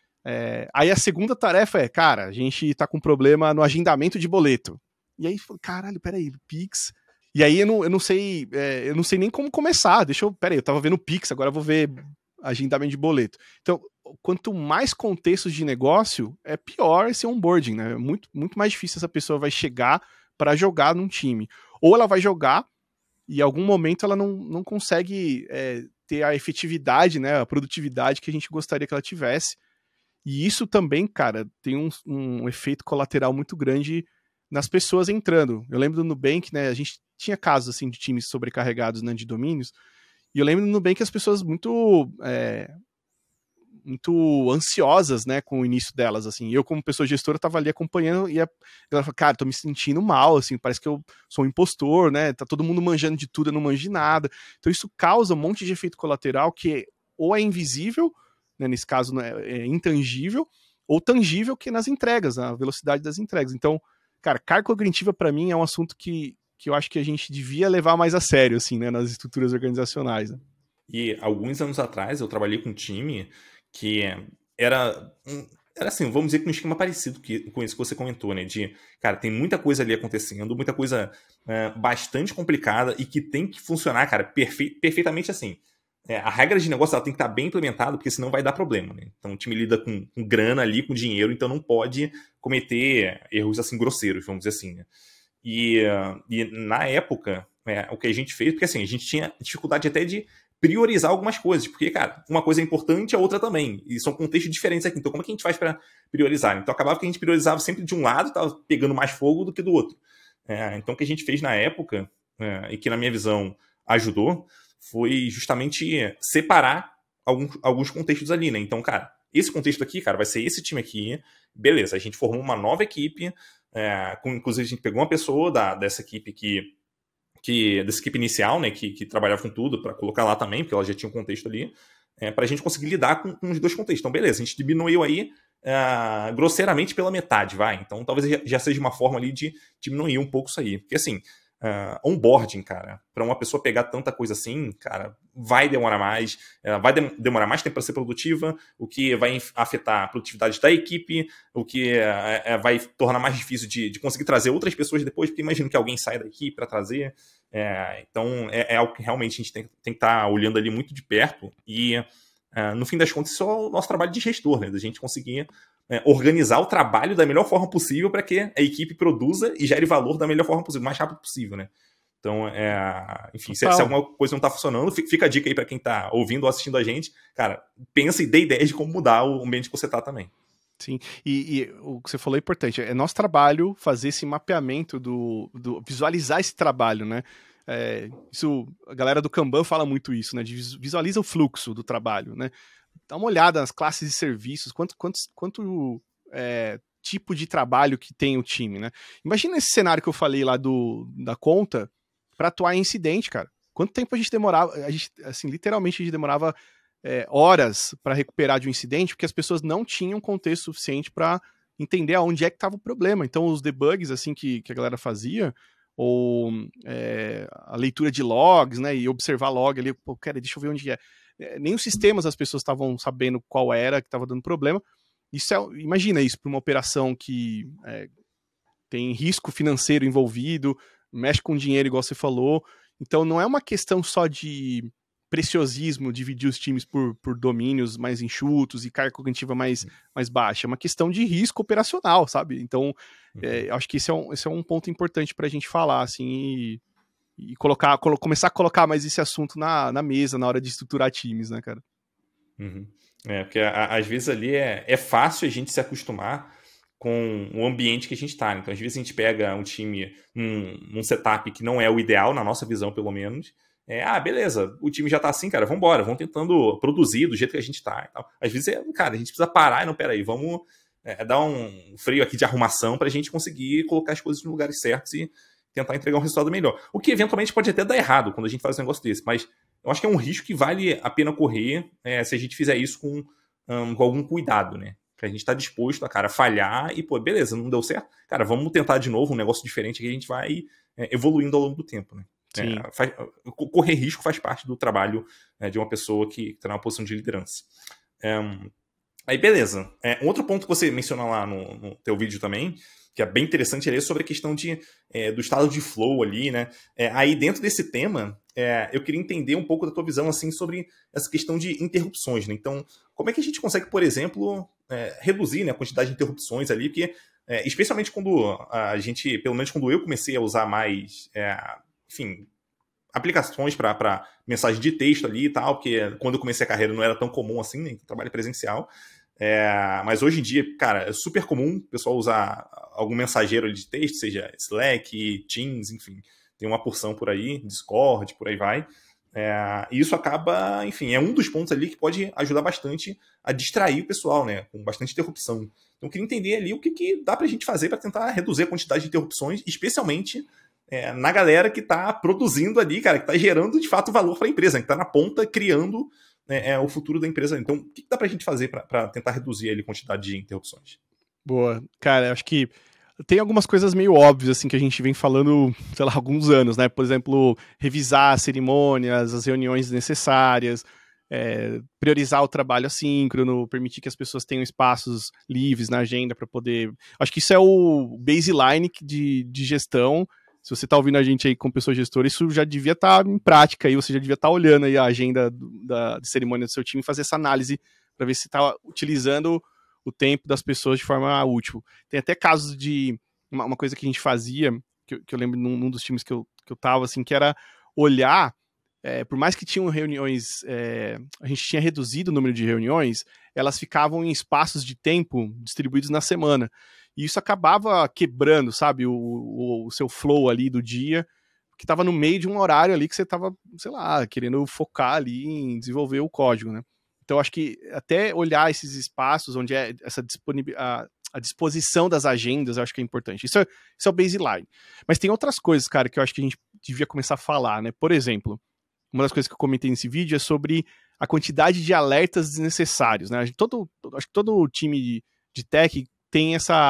Aí a segunda tarefa é, cara, a gente tá com problema no agendamento de boleto. E aí, caralho, peraí, Pix. E aí eu não sei nem como começar. Peraí, eu tava vendo Pix, agora eu vou ver agendamento de boleto. Então, quanto mais contextos de negócio, é pior esse onboarding, né? É muito, muito mais difícil essa pessoa vai chegar para jogar num time. Ou ela vai jogar e em algum momento ela não consegue ter a efetividade, né, a produtividade que a gente gostaria que ela tivesse. E isso também, cara, tem um efeito colateral muito grande nas pessoas entrando. Eu lembro do Nubank, né, a gente tinha casos assim de times sobrecarregados, né, de domínios, e eu lembro do Nubank as pessoas muito ansiosas, né, com o início delas, assim. Eu, como pessoa gestora, tava ali acompanhando e ela falou, cara, tô me sentindo mal, assim, parece que eu sou um impostor, né, tá todo mundo manjando de tudo, eu não manjo de nada. Então isso causa um monte de efeito colateral que ou é invisível, né, nesse caso, né, é intangível, ou tangível, que é nas entregas, a velocidade das entregas. Então, cara, carga cognitiva para mim é um assunto que eu acho que a gente devia levar mais a sério, assim, né, nas estruturas organizacionais, né? E alguns anos atrás eu trabalhei com um time que era assim, vamos dizer que um esquema parecido com isso que você comentou, né? De, cara, tem muita coisa ali acontecendo, muita coisa bastante complicada e que tem que funcionar, cara, perfeitamente assim. A regra de negócio ela tem que estar bem implementada, porque senão vai dar problema, né? Então o time lida com grana ali, com dinheiro, então não pode cometer erros assim grosseiros, vamos dizer assim, né? E na época, o que a gente fez, porque assim, a gente tinha dificuldade até de priorizar algumas coisas, porque, cara, uma coisa é importante, a outra também, e são contextos diferentes aqui, então como é que a gente faz para priorizar? Então acabava que a gente priorizava sempre de um lado, estava pegando mais fogo do que do outro. Então o que a gente fez na época, e que na minha visão ajudou, foi justamente separar alguns contextos ali, né? Então, cara, esse contexto aqui, cara, vai ser esse time aqui, beleza, a gente formou uma nova equipe, inclusive a gente pegou uma pessoa dessa equipe dessa equipe inicial, né, que trabalhava com tudo, para colocar lá também, porque ela já tinha um contexto ali, para a gente conseguir lidar com os dois contextos. Então, beleza, a gente diminuiu aí grosseiramente pela metade, vai. Então, talvez já seja uma forma ali de diminuir um pouco isso aí. Porque, assim, onboarding, cara, para uma pessoa pegar tanta coisa assim, cara, vai demorar mais, vai demorar mais tempo para ser produtiva, o que vai afetar a produtividade da equipe, o que vai tornar mais difícil de conseguir trazer outras pessoas depois, porque imagino que alguém saia da equipe para trazer. Então, é algo que realmente a gente tem que estar olhando ali muito de perto e, no fim das contas, isso é o nosso trabalho de gestor, né? Da gente conseguir organizar o trabalho da melhor forma possível para que a equipe produza e gere valor da melhor forma possível, o mais rápido possível, né? Então, enfim, se alguma coisa não está funcionando, fica a dica aí para quem está ouvindo ou assistindo a gente, cara, pensa e dê ideias de como mudar o ambiente que você está também. Sim, e o que você falou é importante, é nosso trabalho fazer esse mapeamento visualizar esse trabalho, né? Isso, a galera do Kanban fala muito isso, né? De visualiza o fluxo do trabalho, né? Dá uma olhada nas classes de serviços, quanto tipo de trabalho que tem o time, né? Imagina esse cenário que eu falei lá da conta para atuar em incidente, cara. Quanto tempo a gente demorava? Assim, literalmente a gente demorava horas para recuperar de um incidente, porque as pessoas não tinham contexto suficiente para entender aonde é que estava o problema. Então, os debugs assim que a galera fazia, ou a leitura de logs, né, e observar log ali, pô, cara, deixa eu ver onde é. Nem os sistemas as pessoas estavam sabendo qual era que estava dando problema. Imagina isso para uma operação que tem risco financeiro envolvido, mexe com dinheiro, igual você falou. Então, não é uma questão só de preciosismo, dividir os times por domínios mais enxutos e carga cognitiva mais baixa. É uma questão de risco operacional, sabe? Então, acho que esse é um ponto importante para a gente falar, assim, e começar a colocar mais esse assunto na mesa, na hora de estruturar times, né, cara? Porque às vezes ali é fácil a gente se acostumar com o ambiente que a gente está. Então, às vezes a gente pega um time num setup que não é o ideal, na nossa visão, pelo menos. Beleza, o time já tá assim, cara, vambora, vamos tentando produzir do jeito que a gente tá e tal. Às vezes, cara, a gente precisa parar e não, peraí, vamos dar um freio aqui de arrumação pra gente conseguir colocar as coisas nos lugares certos e tentar entregar um resultado melhor. O que eventualmente pode até dar errado quando a gente faz um negócio desse, mas eu acho que é um risco que vale a pena correr se a gente fizer isso com algum cuidado, né? Que a gente tá disposto a, cara, falhar e, pô, beleza, não deu certo. Cara, vamos tentar de novo um negócio diferente que a gente vai evoluindo ao longo do tempo, né? Correr risco faz parte do trabalho de uma pessoa que está numa posição de liderança. Aí, beleza. Um outro ponto que você mencionou lá no teu vídeo também, que é bem interessante, é sobre a questão do estado de flow ali, né? Aí, dentro desse tema, eu queria entender um pouco da tua visão, assim, sobre essa questão de interrupções, né? Então, como é que a gente consegue, por exemplo, reduzir, né, a quantidade de interrupções ali? Porque, especialmente quando a gente, pelo menos quando eu comecei a usar mais, enfim, aplicações para mensagem de texto ali e tal, porque quando eu comecei a carreira não era tão comum assim, né? Trabalho presencial. Mas hoje em dia, cara, é super comum o pessoal usar algum mensageiro de texto, seja Slack, Teams, enfim, tem uma porção por aí, Discord, por aí vai. E isso acaba, enfim, é um dos pontos ali que pode ajudar bastante a distrair o pessoal, né? Com bastante interrupção. Então, eu queria entender ali o que dá pra gente fazer para tentar reduzir a quantidade de interrupções, especialmente na galera que está produzindo ali, cara, que está gerando de fato valor para a empresa, que está na ponta criando o futuro da empresa. Então, o que dá para a gente fazer para tentar reduzir ali a quantidade de interrupções? Boa. Cara, acho que tem algumas coisas meio óbvias, assim, que a gente vem falando, sei lá, há alguns anos, né? Por exemplo, revisar as cerimônias, as reuniões necessárias, priorizar o trabalho assíncrono, permitir que as pessoas tenham espaços livres na agenda para poder... Acho que isso é o baseline de gestão. Se você está ouvindo a gente aí com pessoa gestora, isso já devia estar em prática aí, você já devia estar olhando aí a agenda de cerimônia do seu time e fazer essa análise para ver se está utilizando o tempo das pessoas de forma útil. Tem até casos de uma coisa que a gente fazia, que eu lembro num dos times que eu tava, assim, que era olhar, por mais que tinham reuniões, a gente tinha reduzido o número de reuniões, elas ficavam em espaços de tempo distribuídos na semana. E isso acabava quebrando, sabe, o seu flow ali do dia, que estava no meio de um horário ali que você estava, sei lá, querendo focar ali em desenvolver o código, né? Então, acho que até olhar esses espaços onde essa a disposição das agendas, eu acho que é importante. Isso é o baseline. Mas tem outras coisas, cara, que eu acho que a gente devia começar a falar, né? Por exemplo, uma das coisas que eu comentei nesse vídeo é sobre a quantidade de alertas desnecessários, né? Acho que todo time de tech tem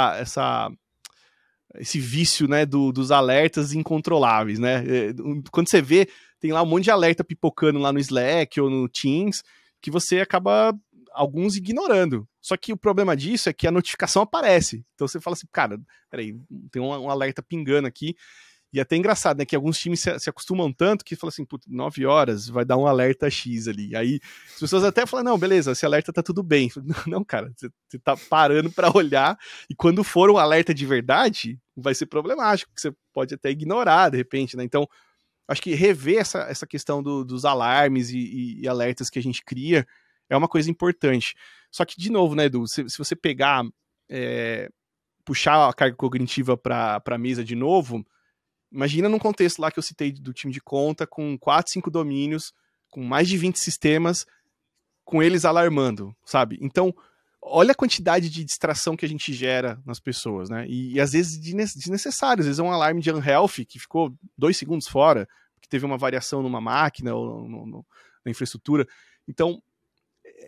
esse vício, né, dos alertas incontroláveis, né? Quando você vê, tem lá um monte de alerta pipocando lá no Slack ou no Teams, que você acaba, alguns, ignorando. Só que o problema disso é que a notificação aparece. Então você fala assim, cara, peraí, tem um alerta pingando aqui. E é até engraçado, né, que alguns times se acostumam tanto que falam assim, 9 horas vai dar um alerta X ali. Aí as pessoas até falam, não, beleza, esse alerta tá tudo bem. Não, cara, você tá parando para olhar e quando for um alerta de verdade, vai ser problemático, porque você pode até ignorar de repente, né? Então, acho que rever essa questão dos alarmes e alertas que a gente cria é uma coisa importante. Só que, de novo, né, Edu, se você pegar, puxar a carga cognitiva para a mesa de novo, imagina num contexto lá que eu citei do time de conta, com 4, 5 domínios, com mais de 20 sistemas, com eles alarmando, sabe? Então, olha a quantidade de distração que a gente gera nas pessoas, né? E às vezes desnecessário. Às vezes é um alarme de unhealthy que ficou 2 segundos fora, porque teve uma variação numa máquina ou na infraestrutura. Então,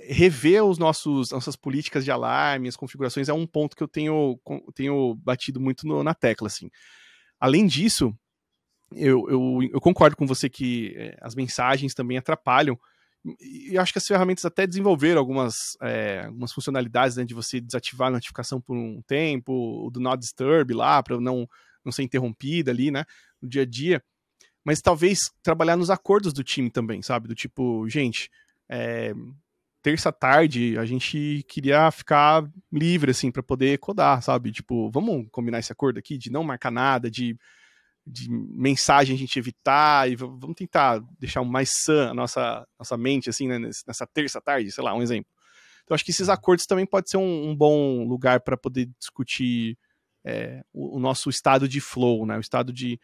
rever nossas políticas de alarme, as configurações, é um ponto que eu tenho batido muito na tecla, assim. Além disso, eu concordo com você que as mensagens também atrapalham, e eu acho que as ferramentas até desenvolveram algumas funcionalidades, né, de você desativar a notificação por um tempo, o do Not Disturb lá, para não ser interrompida ali, né, no dia a dia, mas talvez trabalhar nos acordos do time também, sabe, do tipo, gente, terça tarde a gente queria ficar livre, assim, para poder codar, sabe, tipo, vamos combinar esse acordo aqui de não marcar nada, de mensagem a gente evitar, e vamos tentar deixar mais sã a nossa mente, assim, né, nessa terça tarde, sei lá, um exemplo. Então, acho que esses acordos também pode ser um bom lugar para poder discutir o nosso estado de flow, né, o estado de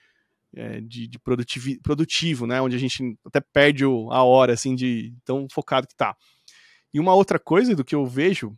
produtivo, né, onde a gente até perde a hora, assim, de tão focado que tá. E uma outra coisa do que eu vejo,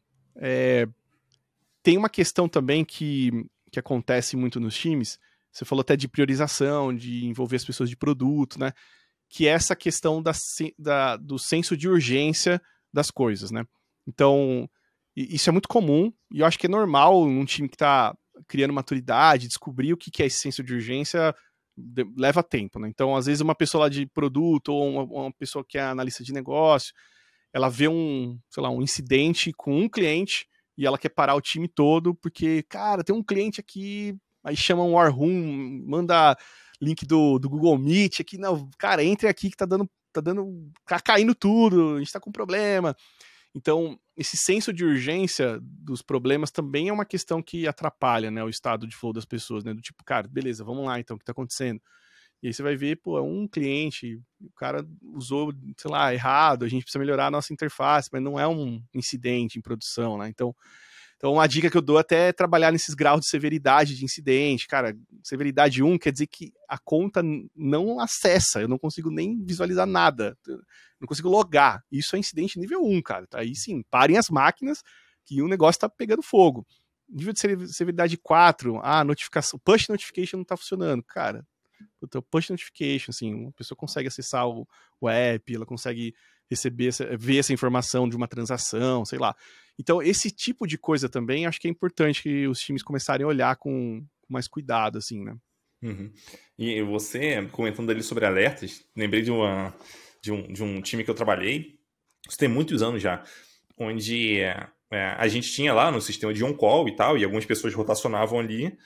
tem uma questão também que acontece muito nos times. Você falou até de priorização, de envolver as pessoas de produto, né? Que é essa questão do senso de urgência das coisas, né? Então, isso é muito comum, e eu acho que é normal num time que está criando maturidade, descobrir o que é esse senso de urgência leva tempo, né? Então, às vezes, uma pessoa lá de produto, ou uma pessoa que é analista de negócio, ela vê um incidente com um cliente, e ela quer parar o time todo, porque, cara, tem um cliente aqui, aí chama um War Room, manda link do Google Meet aqui, não, cara, entre aqui que tá caindo tudo, a gente tá com problema. Então, esse senso de urgência dos problemas também é uma questão que atrapalha, né, o estado de flow das pessoas, né, do tipo, cara, beleza, vamos lá então, o que tá acontecendo? E aí você vai ver, pô, é um cliente, o cara usou, sei lá, errado, a gente precisa melhorar a nossa interface, mas não é um incidente em produção, né? Então uma dica que eu dou até é trabalhar nesses graus de severidade de incidente. Cara, severidade 1 quer dizer que a conta não acessa, eu não consigo nem visualizar nada, não consigo logar. Isso é incidente nível 1, cara. Tá? Aí sim, parem as máquinas que o negócio tá pegando fogo. Nível de severidade 4, notificação, push notification não tá funcionando. Cara, o push notification, assim, uma pessoa consegue acessar o app, ela consegue ver essa informação de uma transação, sei lá. Então, esse tipo de coisa também, acho que é importante que os times começarem a olhar com mais cuidado, assim, né? Uhum. E você, comentando ali sobre alertas, lembrei de um time que eu trabalhei, isso tem muitos anos já, onde a gente tinha lá no sistema de on-call e tal, e algumas pessoas rotacionavam ali.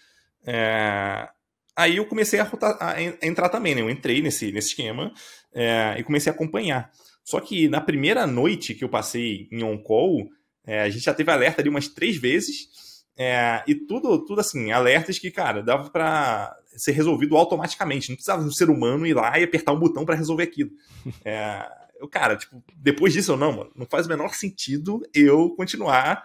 Aí eu comecei a entrar também, né? Eu entrei nesse esquema e comecei a acompanhar. Só que na primeira noite que eu passei em on-call, a gente já teve alerta ali umas 3 vezes, e tudo assim, alertas que, cara, dava pra ser resolvido automaticamente. Não precisava do ser humano ir lá e apertar um botão pra resolver aquilo. Cara, tipo, depois disso, mano, não faz o menor sentido eu continuar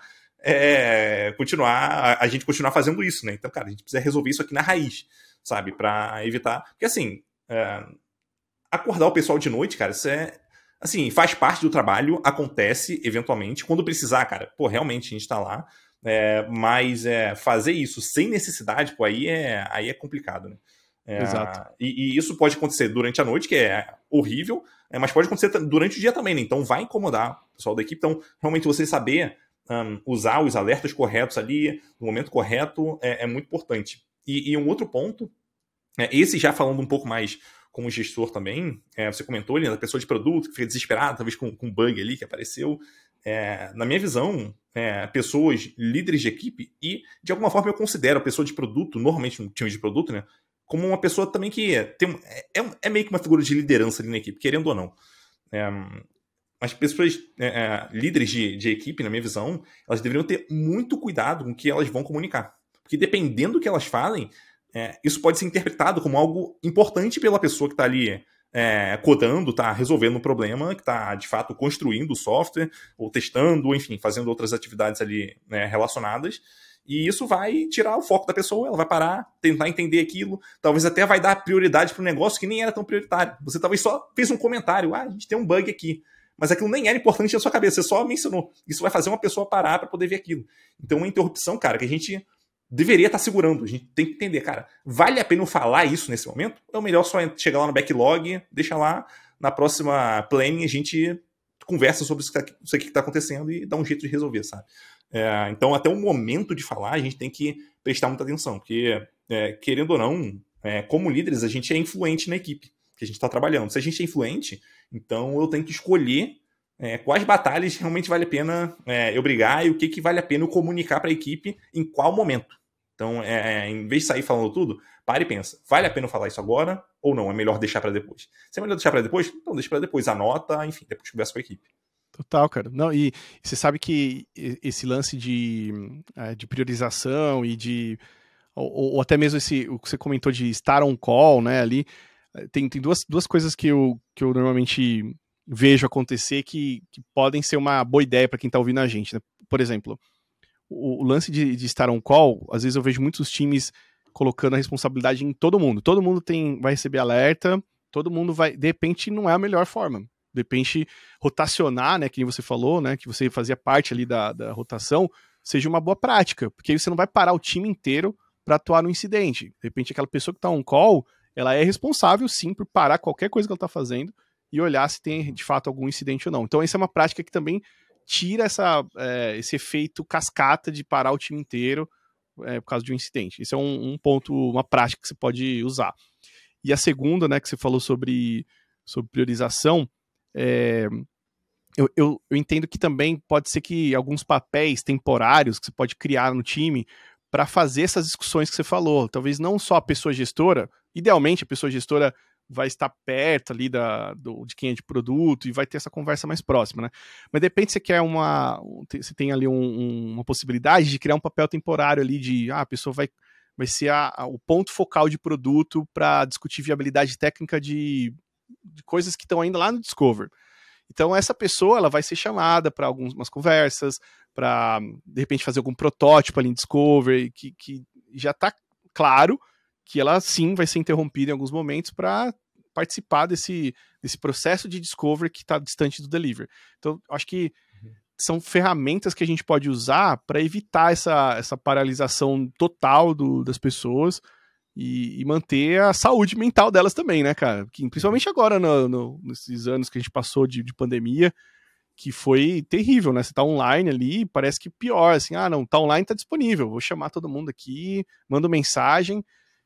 a gente continuar fazendo isso, né? Então, cara, a gente precisa resolver isso aqui na raiz, sabe? Pra evitar... Porque, assim, acordar o pessoal de noite, cara, isso assim, faz parte do trabalho, acontece, eventualmente. Quando precisar, cara, pô, realmente a gente tá lá. Mas fazer isso sem necessidade, pô, aí é complicado, né? Exato. E isso pode acontecer durante a noite, que é horrível, mas pode acontecer durante o dia também, né? Então vai incomodar o pessoal da equipe. Então, realmente, você saber usar os alertas corretos ali, no momento correto, é muito importante. E um outro ponto, esse já falando um pouco mais como gestor também, você comentou ali, da pessoa de produto que fica desesperada, talvez com um bug ali que apareceu. Na minha visão, pessoas líderes de equipe, e de alguma forma eu considero a pessoa de produto, normalmente um time de produto, né, como uma pessoa também que é meio que uma figura de liderança ali na equipe, querendo ou não. Mas pessoas líderes de equipe, na minha visão, elas deveriam ter muito cuidado com o que elas vão comunicar. Porque dependendo do que elas falem, isso pode ser interpretado como algo importante pela pessoa que está ali codando, está resolvendo um problema, que está, de fato, construindo o software, ou testando, ou, enfim, fazendo outras atividades ali relacionadas. E isso vai tirar o foco da pessoa, ela vai parar, tentar entender aquilo, talvez até vai dar prioridade para um negócio que nem era tão prioritário. Você talvez só fez um comentário, a gente tem um bug aqui. Mas aquilo nem era importante na sua cabeça, você só mencionou. Isso vai fazer uma pessoa parar para poder ver aquilo. Então, uma interrupção, cara, que a gente deveria estar segurando. A gente tem que entender, cara, vale a pena eu falar isso nesse momento? Ou é melhor só chegar lá no backlog, deixa lá, na próxima planning a gente conversa sobre isso que está acontecendo e dá um jeito de resolver, sabe? Então, até o momento de falar, a gente tem que prestar muita atenção, porque, querendo ou não, como líderes, a gente é influente na equipe que a gente está trabalhando. Se a gente é influente, então eu tenho que escolher quais batalhas realmente vale a pena eu brigar e o que vale a pena eu comunicar para a equipe em qual momento. Então, em vez de sair falando tudo, para e pensa, vale a pena eu falar isso agora ou não? É melhor deixar para depois. Se é melhor deixar para depois, então deixa para depois, anota, enfim, depois conversa com a equipe. Total, cara. Não, e você sabe que esse lance de priorização e ou até mesmo o que você comentou de estar on call, né, ali, tem duas coisas que eu normalmente vejo acontecer que podem ser uma boa ideia para quem tá ouvindo a gente, né? Por exemplo, o lance de estar on call, às vezes eu vejo muitos times colocando a responsabilidade em todo mundo. Todo mundo vai receber alerta, todo mundo vai... De repente, não é a melhor forma. De repente, rotacionar, né, que você falou, né, que você fazia parte ali da rotação, seja uma boa prática, porque aí você não vai parar o time inteiro para atuar no incidente. De repente, aquela pessoa que está on call, ela é responsável, sim, por parar qualquer coisa que ela está fazendo e olhar se tem, de fato, algum incidente ou não. Então, essa é uma prática que também tira esse efeito cascata de parar o time inteiro por causa de um incidente. Isso é um ponto, uma prática que você pode usar. E a segunda, né, que você falou sobre priorização, eu entendo que também pode ser que alguns papéis temporários que você pode criar no time para fazer essas discussões que você falou. Talvez não só a pessoa gestora, idealmente a pessoa gestora vai estar perto ali de quem é de produto e vai ter essa conversa mais próxima, né? Mas de repente você quer você tem ali uma possibilidade de criar um papel temporário ali de, a pessoa vai ser o ponto focal de produto para discutir viabilidade técnica de coisas que estão ainda lá no Discover. Então essa pessoa ela vai ser chamada para algumas conversas, para de repente fazer algum protótipo ali em Discover, que já está claro que ela sim vai ser interrompida em alguns momentos para participar desse processo de Discover que está distante do Deliver. Então acho que são ferramentas que a gente pode usar para evitar essa paralisação total das pessoas e manter a saúde mental delas também, né, cara? Principalmente agora, nesses anos que a gente passou de pandemia, que foi terrível, né? Você tá online ali, parece que pior, assim, não, tá online, tá disponível, vou chamar todo mundo aqui, mando mensagem,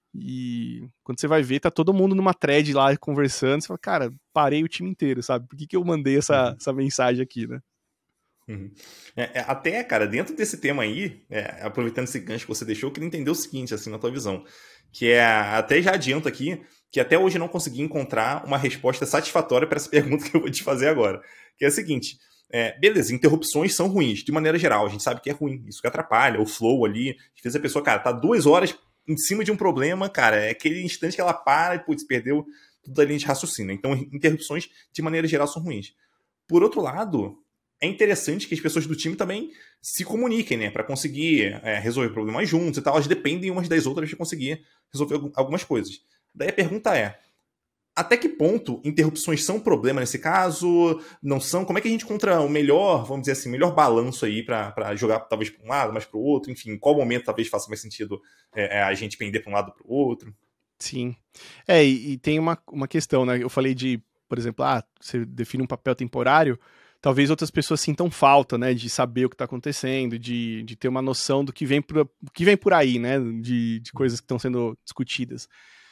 e quando você vai ver, tá todo mundo numa thread lá conversando, você fala, cara, parei o time inteiro, sabe? Por que eu mandei essa mensagem aqui, né? Uhum. Até, cara, dentro desse tema aí, aproveitando esse gancho que você deixou, eu queria entender o seguinte, assim, na tua visão, que até já adianto aqui, que até hoje eu não consegui encontrar uma resposta satisfatória para essa pergunta que eu vou te fazer agora, que é a seguinte, beleza, interrupções são ruins, de maneira geral, a gente sabe que é ruim, isso que atrapalha, o flow ali, às vezes a pessoa, cara, tá 2 horas em cima de um problema, cara, é aquele instante que ela para e, putz, perdeu tudo ali de raciocínio, então interrupções, de maneira geral, são ruins. Por outro lado, é interessante que as pessoas do time também se comuniquem, né? Para conseguir resolver problemas juntos e tal. Elas dependem umas das outras de conseguir resolver algumas coisas. Daí a pergunta até que ponto interrupções são um problema nesse caso? Não são? Como é que a gente encontra o melhor, vamos dizer assim, melhor balanço aí para jogar talvez para um lado, mais para o outro? Enfim, em qual momento talvez faça mais sentido a gente pender para um lado para o outro? Sim. E tem uma questão, né? Eu falei por exemplo, você define um papel temporário, talvez outras pessoas sintam falta, né, de saber o que está acontecendo, de ter uma noção do que vem por aí, né, de coisas que estão sendo discutidas.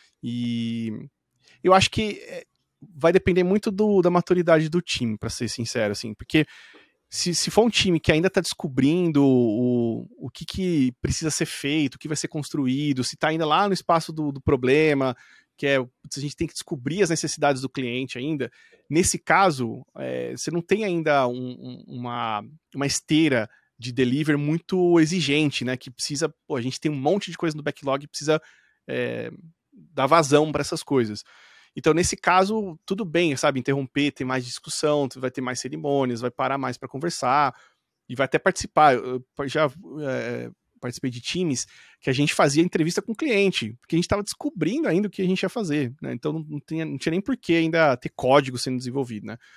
E eu acho que vai depender muito da maturidade do time, para ser sincero, assim, porque se for um time que ainda está descobrindo o que precisa ser feito, o que vai ser construído, se está ainda lá no espaço do problema, a gente tem que descobrir as necessidades do cliente ainda. Nesse caso, você não tem ainda uma esteira de delivery muito exigente, né? Que precisa, a gente tem um monte de coisa no backlog que precisa dar vazão para essas coisas. Então, nesse caso, tudo bem, sabe? Interromper, ter mais discussão, vai ter mais cerimônias, vai parar mais para conversar e vai até participar. Eu já participei de times que a gente fazia entrevista com o cliente, porque a gente estava descobrindo ainda o que a gente ia fazer, né? Então não tinha nem por que ainda ter código sendo desenvolvido, né?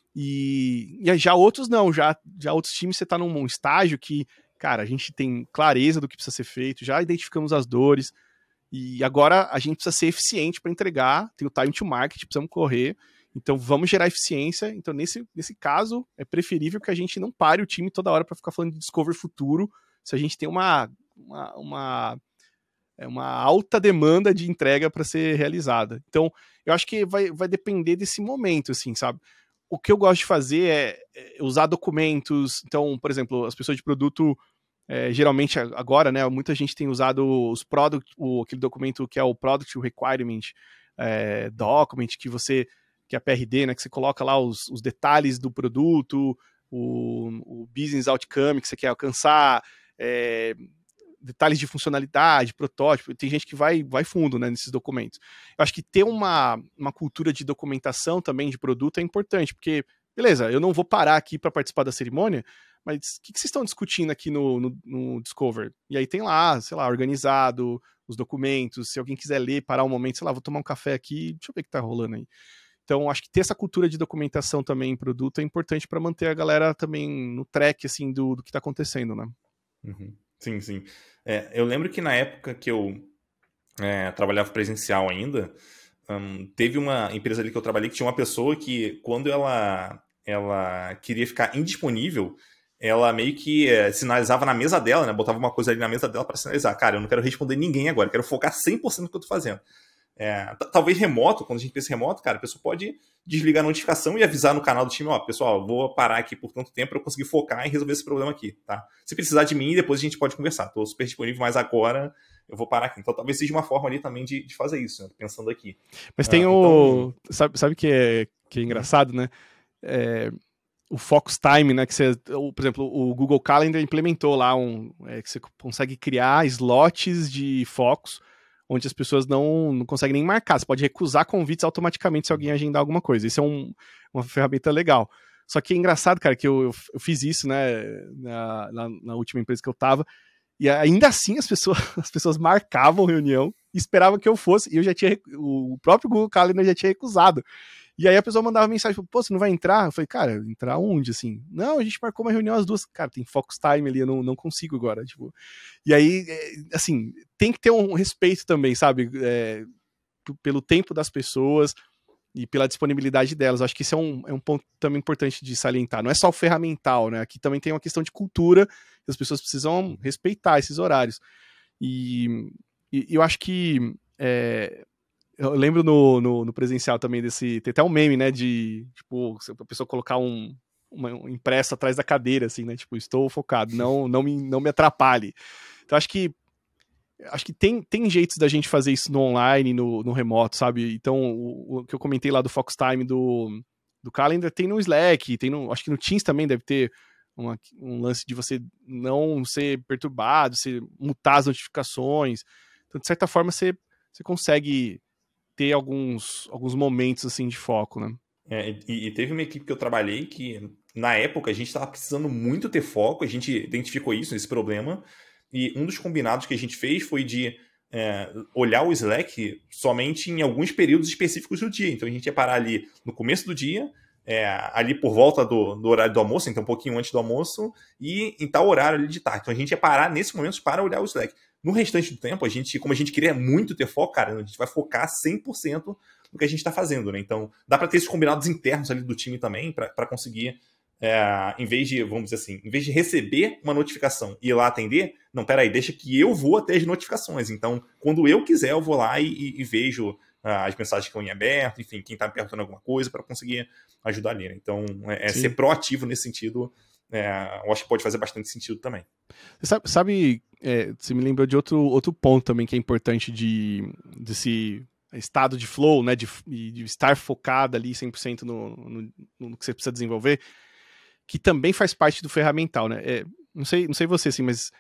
E já outros não, já outros times você está num estágio que, cara, a gente tem clareza do que precisa ser feito, já identificamos as dores, e agora a gente precisa ser eficiente para entregar, tem o time to market, precisamos correr, Então vamos gerar eficiência. Então nesse caso é preferível que a gente não pare o time toda hora para ficar falando de discovery futuro, se a gente tem uma alta demanda de entrega para ser realizada. Então eu acho que vai depender desse momento, assim, sabe? O que eu gosto de fazer é usar documentos. Então, por exemplo, as pessoas de produto, geralmente agora, né, muita gente tem usado os aquele documento que é o Product Requirement Document, que é a PRD, né, que você coloca lá os detalhes do produto, o business outcome que você quer alcançar, detalhes de funcionalidade, protótipo. Tem gente que vai fundo, né, nesses documentos. Eu acho que ter uma cultura de documentação também de produto é importante, porque, beleza, eu não vou parar aqui para participar da cerimônia, mas o que vocês estão discutindo aqui no Discover? E aí tem lá, sei lá, organizado, os documentos, se alguém quiser ler, parar um momento, sei lá, vou tomar um café aqui, deixa eu ver o que tá rolando aí. Então, acho que ter essa cultura de documentação também em produto é importante para manter a galera também no track, assim, do que tá acontecendo, né? Uhum. Sim, sim. Eu lembro que na época que eu trabalhava presencial ainda, teve uma empresa ali que eu trabalhei que tinha uma pessoa que, quando ela queria ficar indisponível, ela meio que sinalizava na mesa dela, né? Botava uma coisa ali na mesa dela para sinalizar. Cara, eu não quero responder ninguém agora, eu quero focar 100% no que eu tô fazendo. Talvez remoto, quando a gente pensa em remoto, cara, a pessoa pode desligar a notificação e avisar no canal do time, ó, pessoal, vou parar aqui por tanto tempo para eu conseguir focar em resolver esse problema aqui, tá? Se precisar de mim, depois a gente pode conversar. Tô super disponível, mas agora eu vou parar aqui. Então talvez seja uma forma ali também de fazer isso, né? Pensando aqui. Mas tem então... Sabe que é engraçado, né? O Focus Time, né? Que você, por exemplo, o Google Calendar implementou lá que você consegue criar slots de focos onde as pessoas não conseguem nem marcar. Você pode recusar convites automaticamente se alguém agendar alguma coisa. Isso é uma ferramenta legal. Só que é engraçado, cara, que eu fiz isso, né, na última empresa que eu tava, e ainda assim as pessoas marcavam reunião e esperavam que eu fosse, e o próprio Google Calendar já tinha recusado. E aí a pessoa mandava mensagem, pô, você não vai entrar? Eu falei, cara, entrar onde, assim? Não, a gente marcou uma reunião às 2. Cara, tem Focus Time ali, eu não consigo agora, tipo. E aí, assim, tem que ter um respeito também, sabe? Pelo tempo das pessoas e pela disponibilidade delas. Acho que isso é um ponto também importante de salientar. Não é só o ferramental, né? Aqui também tem uma questão de cultura, que as pessoas precisam respeitar esses horários. E eu acho que... eu lembro no presencial também tem até um meme, né, de, tipo, a pessoa colocar um impresso atrás da cadeira, assim, né, tipo, estou focado, não me atrapalhe. Então, acho que tem jeitos da gente fazer isso no online, no remoto, sabe? Então, o que eu comentei lá do Focus Time do Calendar tem no Slack, acho que no Teams também deve ter um lance de você não ser perturbado, você mutar as notificações. Então, de certa forma, você consegue ter alguns momentos assim de foco, né? E teve uma equipe que eu trabalhei que, na época, a gente estava precisando muito ter foco, a gente identificou esse problema, e um dos combinados que a gente fez foi de olhar o Slack somente em alguns períodos específicos do dia. Então a gente ia parar ali no começo do dia, ali por volta do horário do almoço, então um pouquinho antes do almoço, e em tal horário ali de tarde. Então a gente ia parar nesses momentos para olhar o Slack. No restante do tempo, como a gente queria muito ter foco, cara, a gente vai focar 100% no que a gente está fazendo, né? Então, dá para ter esses combinados internos ali do time também, para conseguir, em vez de, vamos dizer assim, em vez de receber uma notificação e ir lá atender, não, peraí, deixa que eu vou até as notificações. Então, quando eu quiser, eu vou lá e vejo as mensagens que estão em aberto, enfim, quem está me perguntando alguma coisa, para conseguir ajudar ali, né? Então, ser proativo nesse sentido, eu acho que pode fazer bastante sentido também. Sabe, você me lembrou de outro ponto também que é importante desse estado de flow, né, de estar focado ali 100% no que você precisa desenvolver, que também faz parte do ferramental, né? Não sei você, assim, mas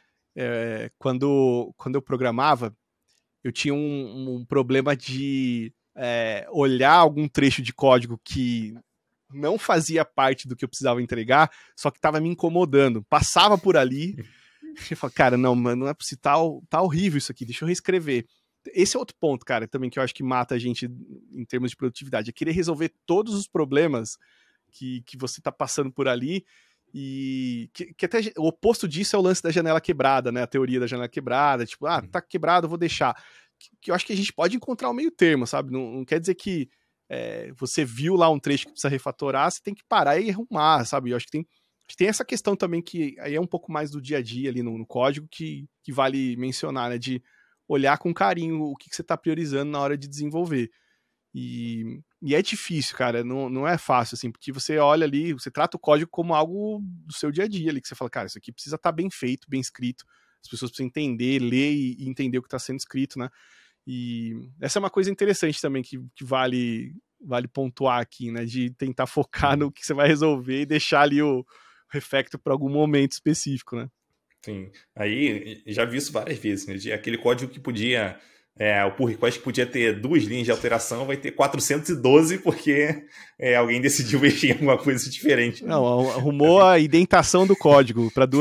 quando eu programava, eu tinha um problema de olhar algum trecho de código que não fazia parte do que eu precisava entregar, só que estava me incomodando. Passava por ali, eu falava, cara, não, mano, não é possível, tá horrível isso aqui, deixa eu reescrever. Esse é outro ponto, cara, também que eu acho que mata a gente em termos de produtividade, é querer resolver todos os problemas que você tá passando por ali, e que até o oposto disso é o lance da janela quebrada, né, a teoria da janela quebrada, tipo, tá quebrado, eu vou deixar. Que eu acho que a gente pode encontrar o meio termo, sabe, não quer dizer que você viu lá um trecho que precisa refatorar, você tem que parar e arrumar, sabe? Eu acho que tem essa questão também que aí é um pouco mais do dia a dia ali no código que vale mencionar, né? De olhar com carinho o que você está priorizando na hora de desenvolver. E é difícil, cara, não é fácil, assim, porque você olha ali, você trata o código como algo do seu dia a dia ali, que você fala, cara, isso aqui precisa estar bem feito, bem escrito, as pessoas precisam entender, ler e entender o que está sendo escrito, né? E essa é uma coisa interessante também que vale pontuar aqui, né? De tentar focar no que você vai resolver e deixar ali o refactor para algum momento específico, né? Sim. Aí, já vi isso várias vezes, né? De aquele código que podia... o pull request que podia ter 2 linhas de alteração, vai ter 412 porque alguém decidiu mexer em alguma coisa diferente. Não, arrumou a indentação do código para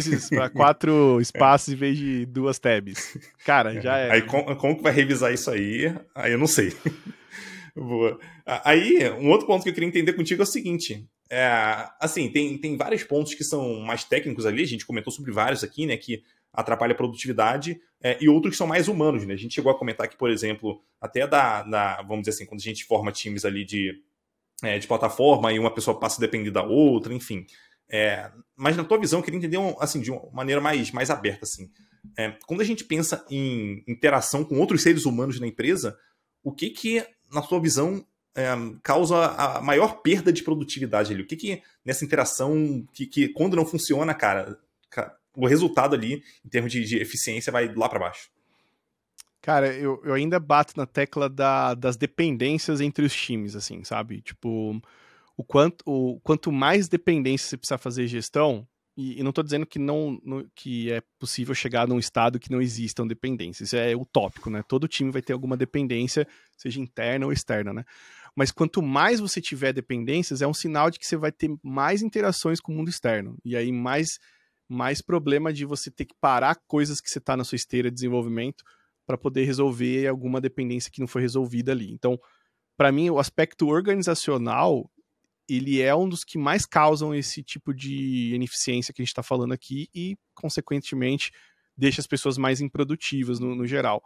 4 espaços em vez de 2 tabs. Cara, já era. Aí como que vai revisar isso aí? Aí eu não sei. Boa. Aí, um outro ponto que eu queria entender contigo é o seguinte. Assim, tem vários pontos que são mais técnicos ali, a gente comentou sobre vários aqui, né, que atrapalha a produtividade, e outros que são mais humanos, né? A gente chegou a comentar aqui, por exemplo, até vamos dizer assim, quando a gente forma times ali de plataforma e uma pessoa passa a depender da outra, enfim. Mas na tua visão, eu queria entender assim, de uma maneira mais aberta. Assim. Quando a gente pensa em interação com outros seres humanos na empresa, o que na tua visão, causa a maior perda de produtividade ali? O que nessa interação, que quando não funciona, cara, o resultado ali, em termos de eficiência, vai lá para baixo? Cara, eu ainda bato na tecla das dependências entre os times, assim, sabe? Tipo, quanto mais dependência você precisar fazer gestão, e não estou dizendo que é possível chegar num estado que não existam dependências, isso é utópico, né? Todo time vai ter alguma dependência, seja interna ou externa, né? Mas quanto mais você tiver dependências, é um sinal de que você vai ter mais interações com o mundo externo, e aí mais problema de você ter que parar coisas que você está na sua esteira de desenvolvimento para poder resolver alguma dependência que não foi resolvida ali. Então, para mim, o aspecto organizacional ele é um dos que mais causam esse tipo de ineficiência que a gente está falando aqui e, consequentemente, deixa as pessoas mais improdutivas no geral.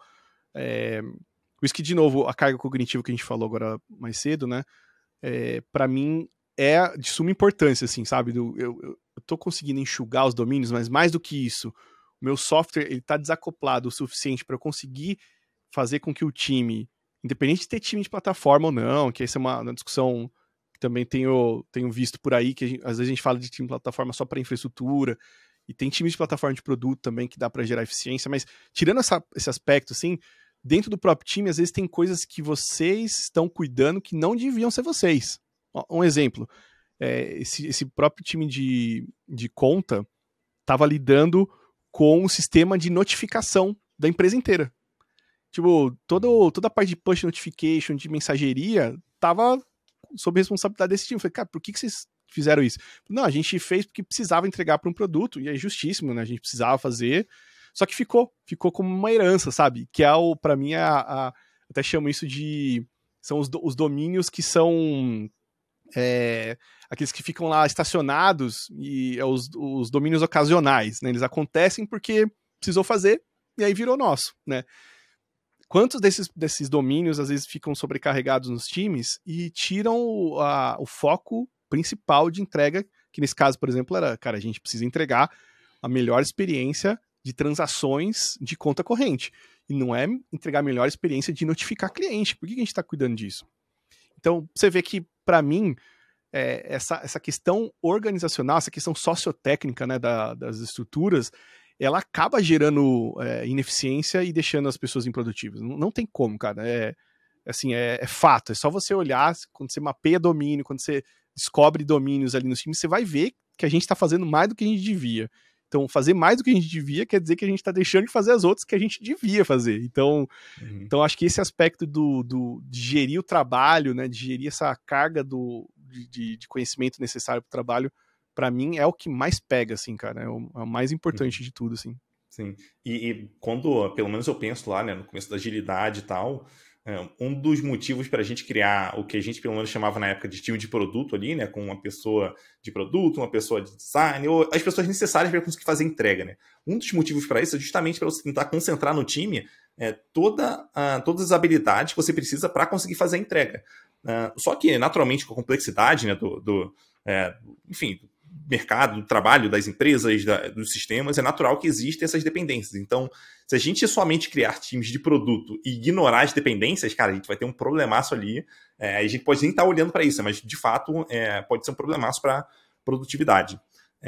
Por isso que, de novo, a carga cognitiva que a gente falou agora mais cedo, né, para mim é de suma importância, assim, sabe? Eu tô conseguindo enxugar os domínios, mas mais do que isso, o meu software ele tá desacoplado o suficiente para eu conseguir fazer com que o time, independente de ter time de plataforma ou não, que essa é uma discussão que também tenho visto por aí, que às vezes a gente fala de time de plataforma só para infraestrutura, e tem times de plataforma de produto também que dá para gerar eficiência, mas tirando esse aspecto, assim, dentro do próprio time, às vezes tem coisas que vocês estão cuidando que não deviam ser vocês. Um exemplo, esse próprio time de conta estava lidando com o sistema de notificação da empresa inteira. Tipo, toda a parte de push notification, de mensageria, tava sob responsabilidade desse time. Eu falei, cara, por que vocês fizeram isso? Não, a gente fez porque precisava entregar para um produto, e é justíssimo, né? A gente precisava fazer, só que ficou como uma herança, sabe? Que é para mim, até chamo isso de... São os domínios que são... aqueles que ficam lá estacionados, e os domínios ocasionais, né? Eles acontecem porque precisou fazer, e aí virou nosso, né? Quantos desses domínios às vezes ficam sobrecarregados nos times e tiram o foco principal de entrega, que nesse caso, por exemplo, era, cara, a gente precisa entregar a melhor experiência de transações de conta corrente. E não é entregar a melhor experiência de notificar cliente. Por que a gente está cuidando disso? Então, você vê que, para mim, essa questão organizacional, essa questão sociotécnica, né, das estruturas, ela acaba gerando ineficiência e deixando as pessoas improdutivas. Não tem como, cara. É fato. É só você olhar, quando você mapeia domínio, quando você descobre domínios ali nos times, você vai ver que a gente está fazendo mais do que a gente devia. Então, fazer mais do que a gente devia quer dizer que a gente está deixando de fazer as outras que a gente devia fazer. Então acho que esse aspecto de gerir o trabalho, né, de gerir essa carga de conhecimento necessário para o trabalho, para mim é o que mais pega, assim, cara. É o mais importante de tudo, assim. Sim. E quando, pelo menos eu penso lá, né, no começo da agilidade e tal, um dos motivos para a gente criar o que a gente pelo menos chamava na época de time de produto ali, né, com uma pessoa de produto, uma pessoa de design, ou as pessoas necessárias para conseguir fazer entrega, né. Um dos motivos para isso é justamente para você tentar concentrar no time todas as habilidades que você precisa para conseguir fazer a entrega. Só que, naturalmente, com a complexidade, né, enfim, mercado, do trabalho das empresas, dos sistemas, é natural que existem essas dependências. Então, se a gente somente criar times de produto e ignorar as dependências, cara, a gente vai ter um problemaço ali. A gente pode nem estar olhando para isso, mas, de fato, pode ser um problemaço para produtividade.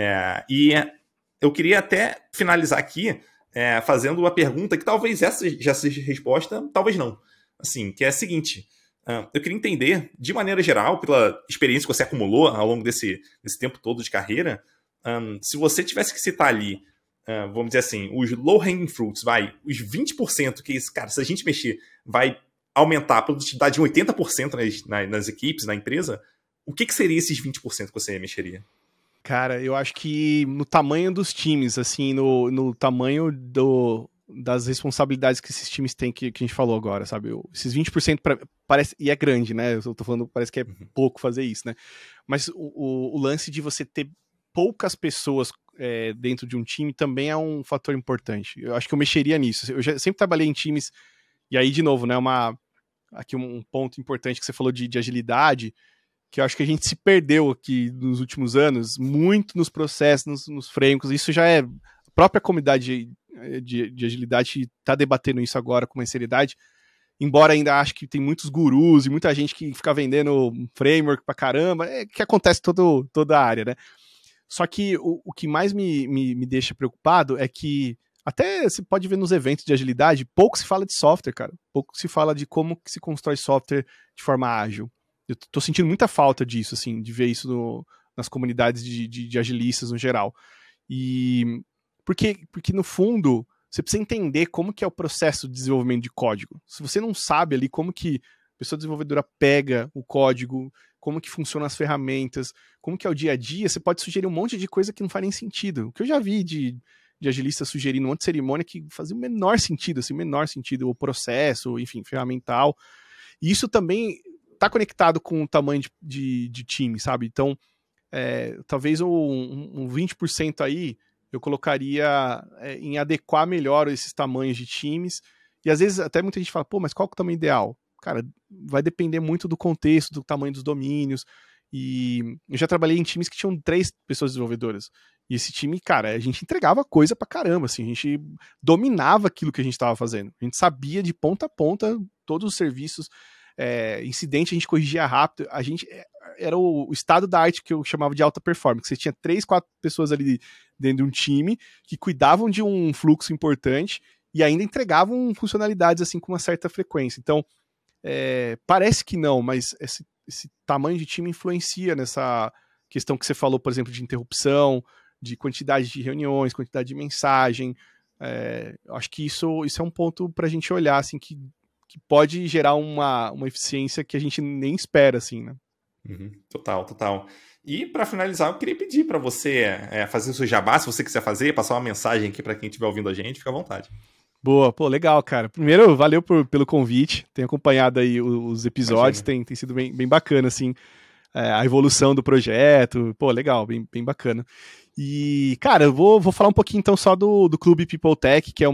E eu queria até finalizar aqui fazendo uma pergunta que talvez essa já seja resposta, talvez não. Assim, que é a seguinte... eu queria entender, de maneira geral, pela experiência que você acumulou ao longo desse tempo todo de carreira, se você tivesse que citar ali, vamos dizer assim, os low-hanging fruits, os 20% que, cara, se a gente mexer, vai aumentar a produtividade em 80% nas equipes, na empresa, o que seria esses 20% que você mexeria? Cara, eu acho que no tamanho dos times, assim, no tamanho das responsabilidades que esses times têm, que a gente falou agora, sabe? Esses 20% parece, e é grande, né? Eu tô falando, parece que é pouco fazer isso, né? Mas o lance de você ter poucas pessoas dentro de um time também é um fator importante. Eu acho que eu mexeria nisso. Eu sempre trabalhei em times, e aí, de novo, né? Aqui um ponto importante que você falou de agilidade, que eu acho que a gente se perdeu aqui nos últimos anos, muito nos processos, nos frameworks. Isso já é... A própria comunidade de agilidade está debatendo isso agora com mais seriedade, embora ainda acho que tem muitos gurus e muita gente que fica vendendo framework pra caramba, que acontece toda a área, né? Só que o que mais me deixa preocupado é que até você pode ver nos eventos de agilidade, pouco se fala de software, cara. Pouco se fala de como que se constrói software de forma ágil. Eu tô sentindo muita falta disso, assim, de ver isso nas comunidades de agilistas no geral. E porque no fundo, você precisa entender como que é o processo de desenvolvimento de código. Se você não sabe ali como que a pessoa desenvolvedora pega o código, como que funcionam as ferramentas, como que é o dia a dia, você pode sugerir um monte de coisa que não faz nem sentido. O que eu já vi de agilista sugerindo um monte de cerimônia que fazia o menor sentido, o processo, enfim, ferramental. E isso também está conectado com o tamanho de time, sabe? Então, talvez um 20% aí eu colocaria em adequar melhor esses tamanhos de times. E às vezes até muita gente fala, pô, mas qual que é o tamanho ideal? Cara, vai depender muito do contexto, do tamanho dos domínios. E eu já trabalhei em times que tinham 3 pessoas desenvolvedoras. E esse time, cara, a gente entregava coisa pra caramba, assim, a gente dominava aquilo que a gente estava fazendo. A gente sabia de ponta a ponta todos os serviços. Incidente a gente corrigia rápido. A gente era o estado da arte que eu chamava de alta performance. Você tinha 3, 4 pessoas ali dentro de um time que cuidavam de um fluxo importante e ainda entregavam funcionalidades assim com uma certa frequência. Então, parece que não, mas esse tamanho de time influencia nessa questão que você falou, por exemplo, de interrupção, de quantidade de reuniões, quantidade de mensagem. Eu acho que isso é um ponto para a gente olhar, assim, que pode gerar uma eficiência que a gente nem espera, assim, né? Total, total. E para finalizar, eu queria pedir para você fazer o seu jabá, se você quiser fazer, passar uma mensagem aqui para quem estiver ouvindo a gente, fica à vontade. Boa, pô, legal, cara. Primeiro, valeu pelo convite, tenho acompanhado aí os episódios, tem sido bem bacana, assim, a evolução do projeto, pô, legal, bem bacana. E, cara, eu vou falar um pouquinho então só do Clube People Tech, que é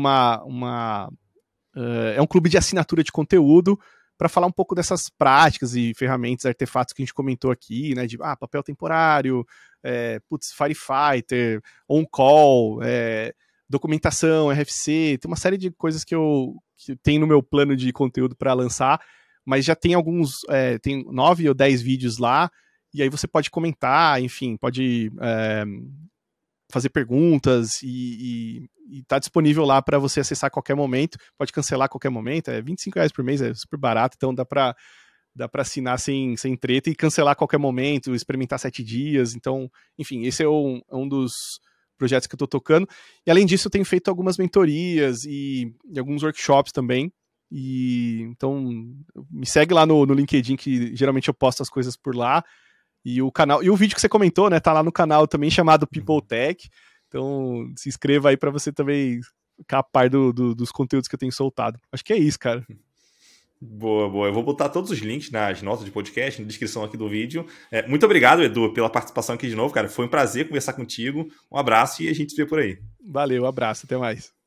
é um clube de assinatura de conteúdo, para falar um pouco dessas práticas e ferramentas, artefatos que a gente comentou aqui, né, de papel temporário, Firefighter, on-call, documentação, RFC, tem uma série de coisas que tem no meu plano de conteúdo para lançar, mas já tem tem 9 ou 10 vídeos lá, e aí você pode comentar, enfim, pode fazer perguntas e tá disponível lá para você acessar a qualquer momento, pode cancelar a qualquer momento, R$25 por mês, é super barato, então dá para assinar sem treta e cancelar a qualquer momento, experimentar 7 dias, então, enfim, esse é um dos projetos que eu tô tocando, e além disso eu tenho feito algumas mentorias e alguns workshops também, e então me segue lá no LinkedIn, que geralmente eu posto as coisas por lá, e o canal, e o vídeo que você comentou, né, tá lá no canal também, chamado People Tech, então se inscreva aí para você também ficar a par dos conteúdos que eu tenho soltado. Acho que é isso, cara. Boa, boa. Eu vou botar todos os links nas notas de podcast, na descrição aqui do vídeo. Muito obrigado, Edu, pela participação aqui de novo, cara. Foi um prazer conversar contigo. Um abraço e a gente se vê por aí. Valeu, abraço, até mais.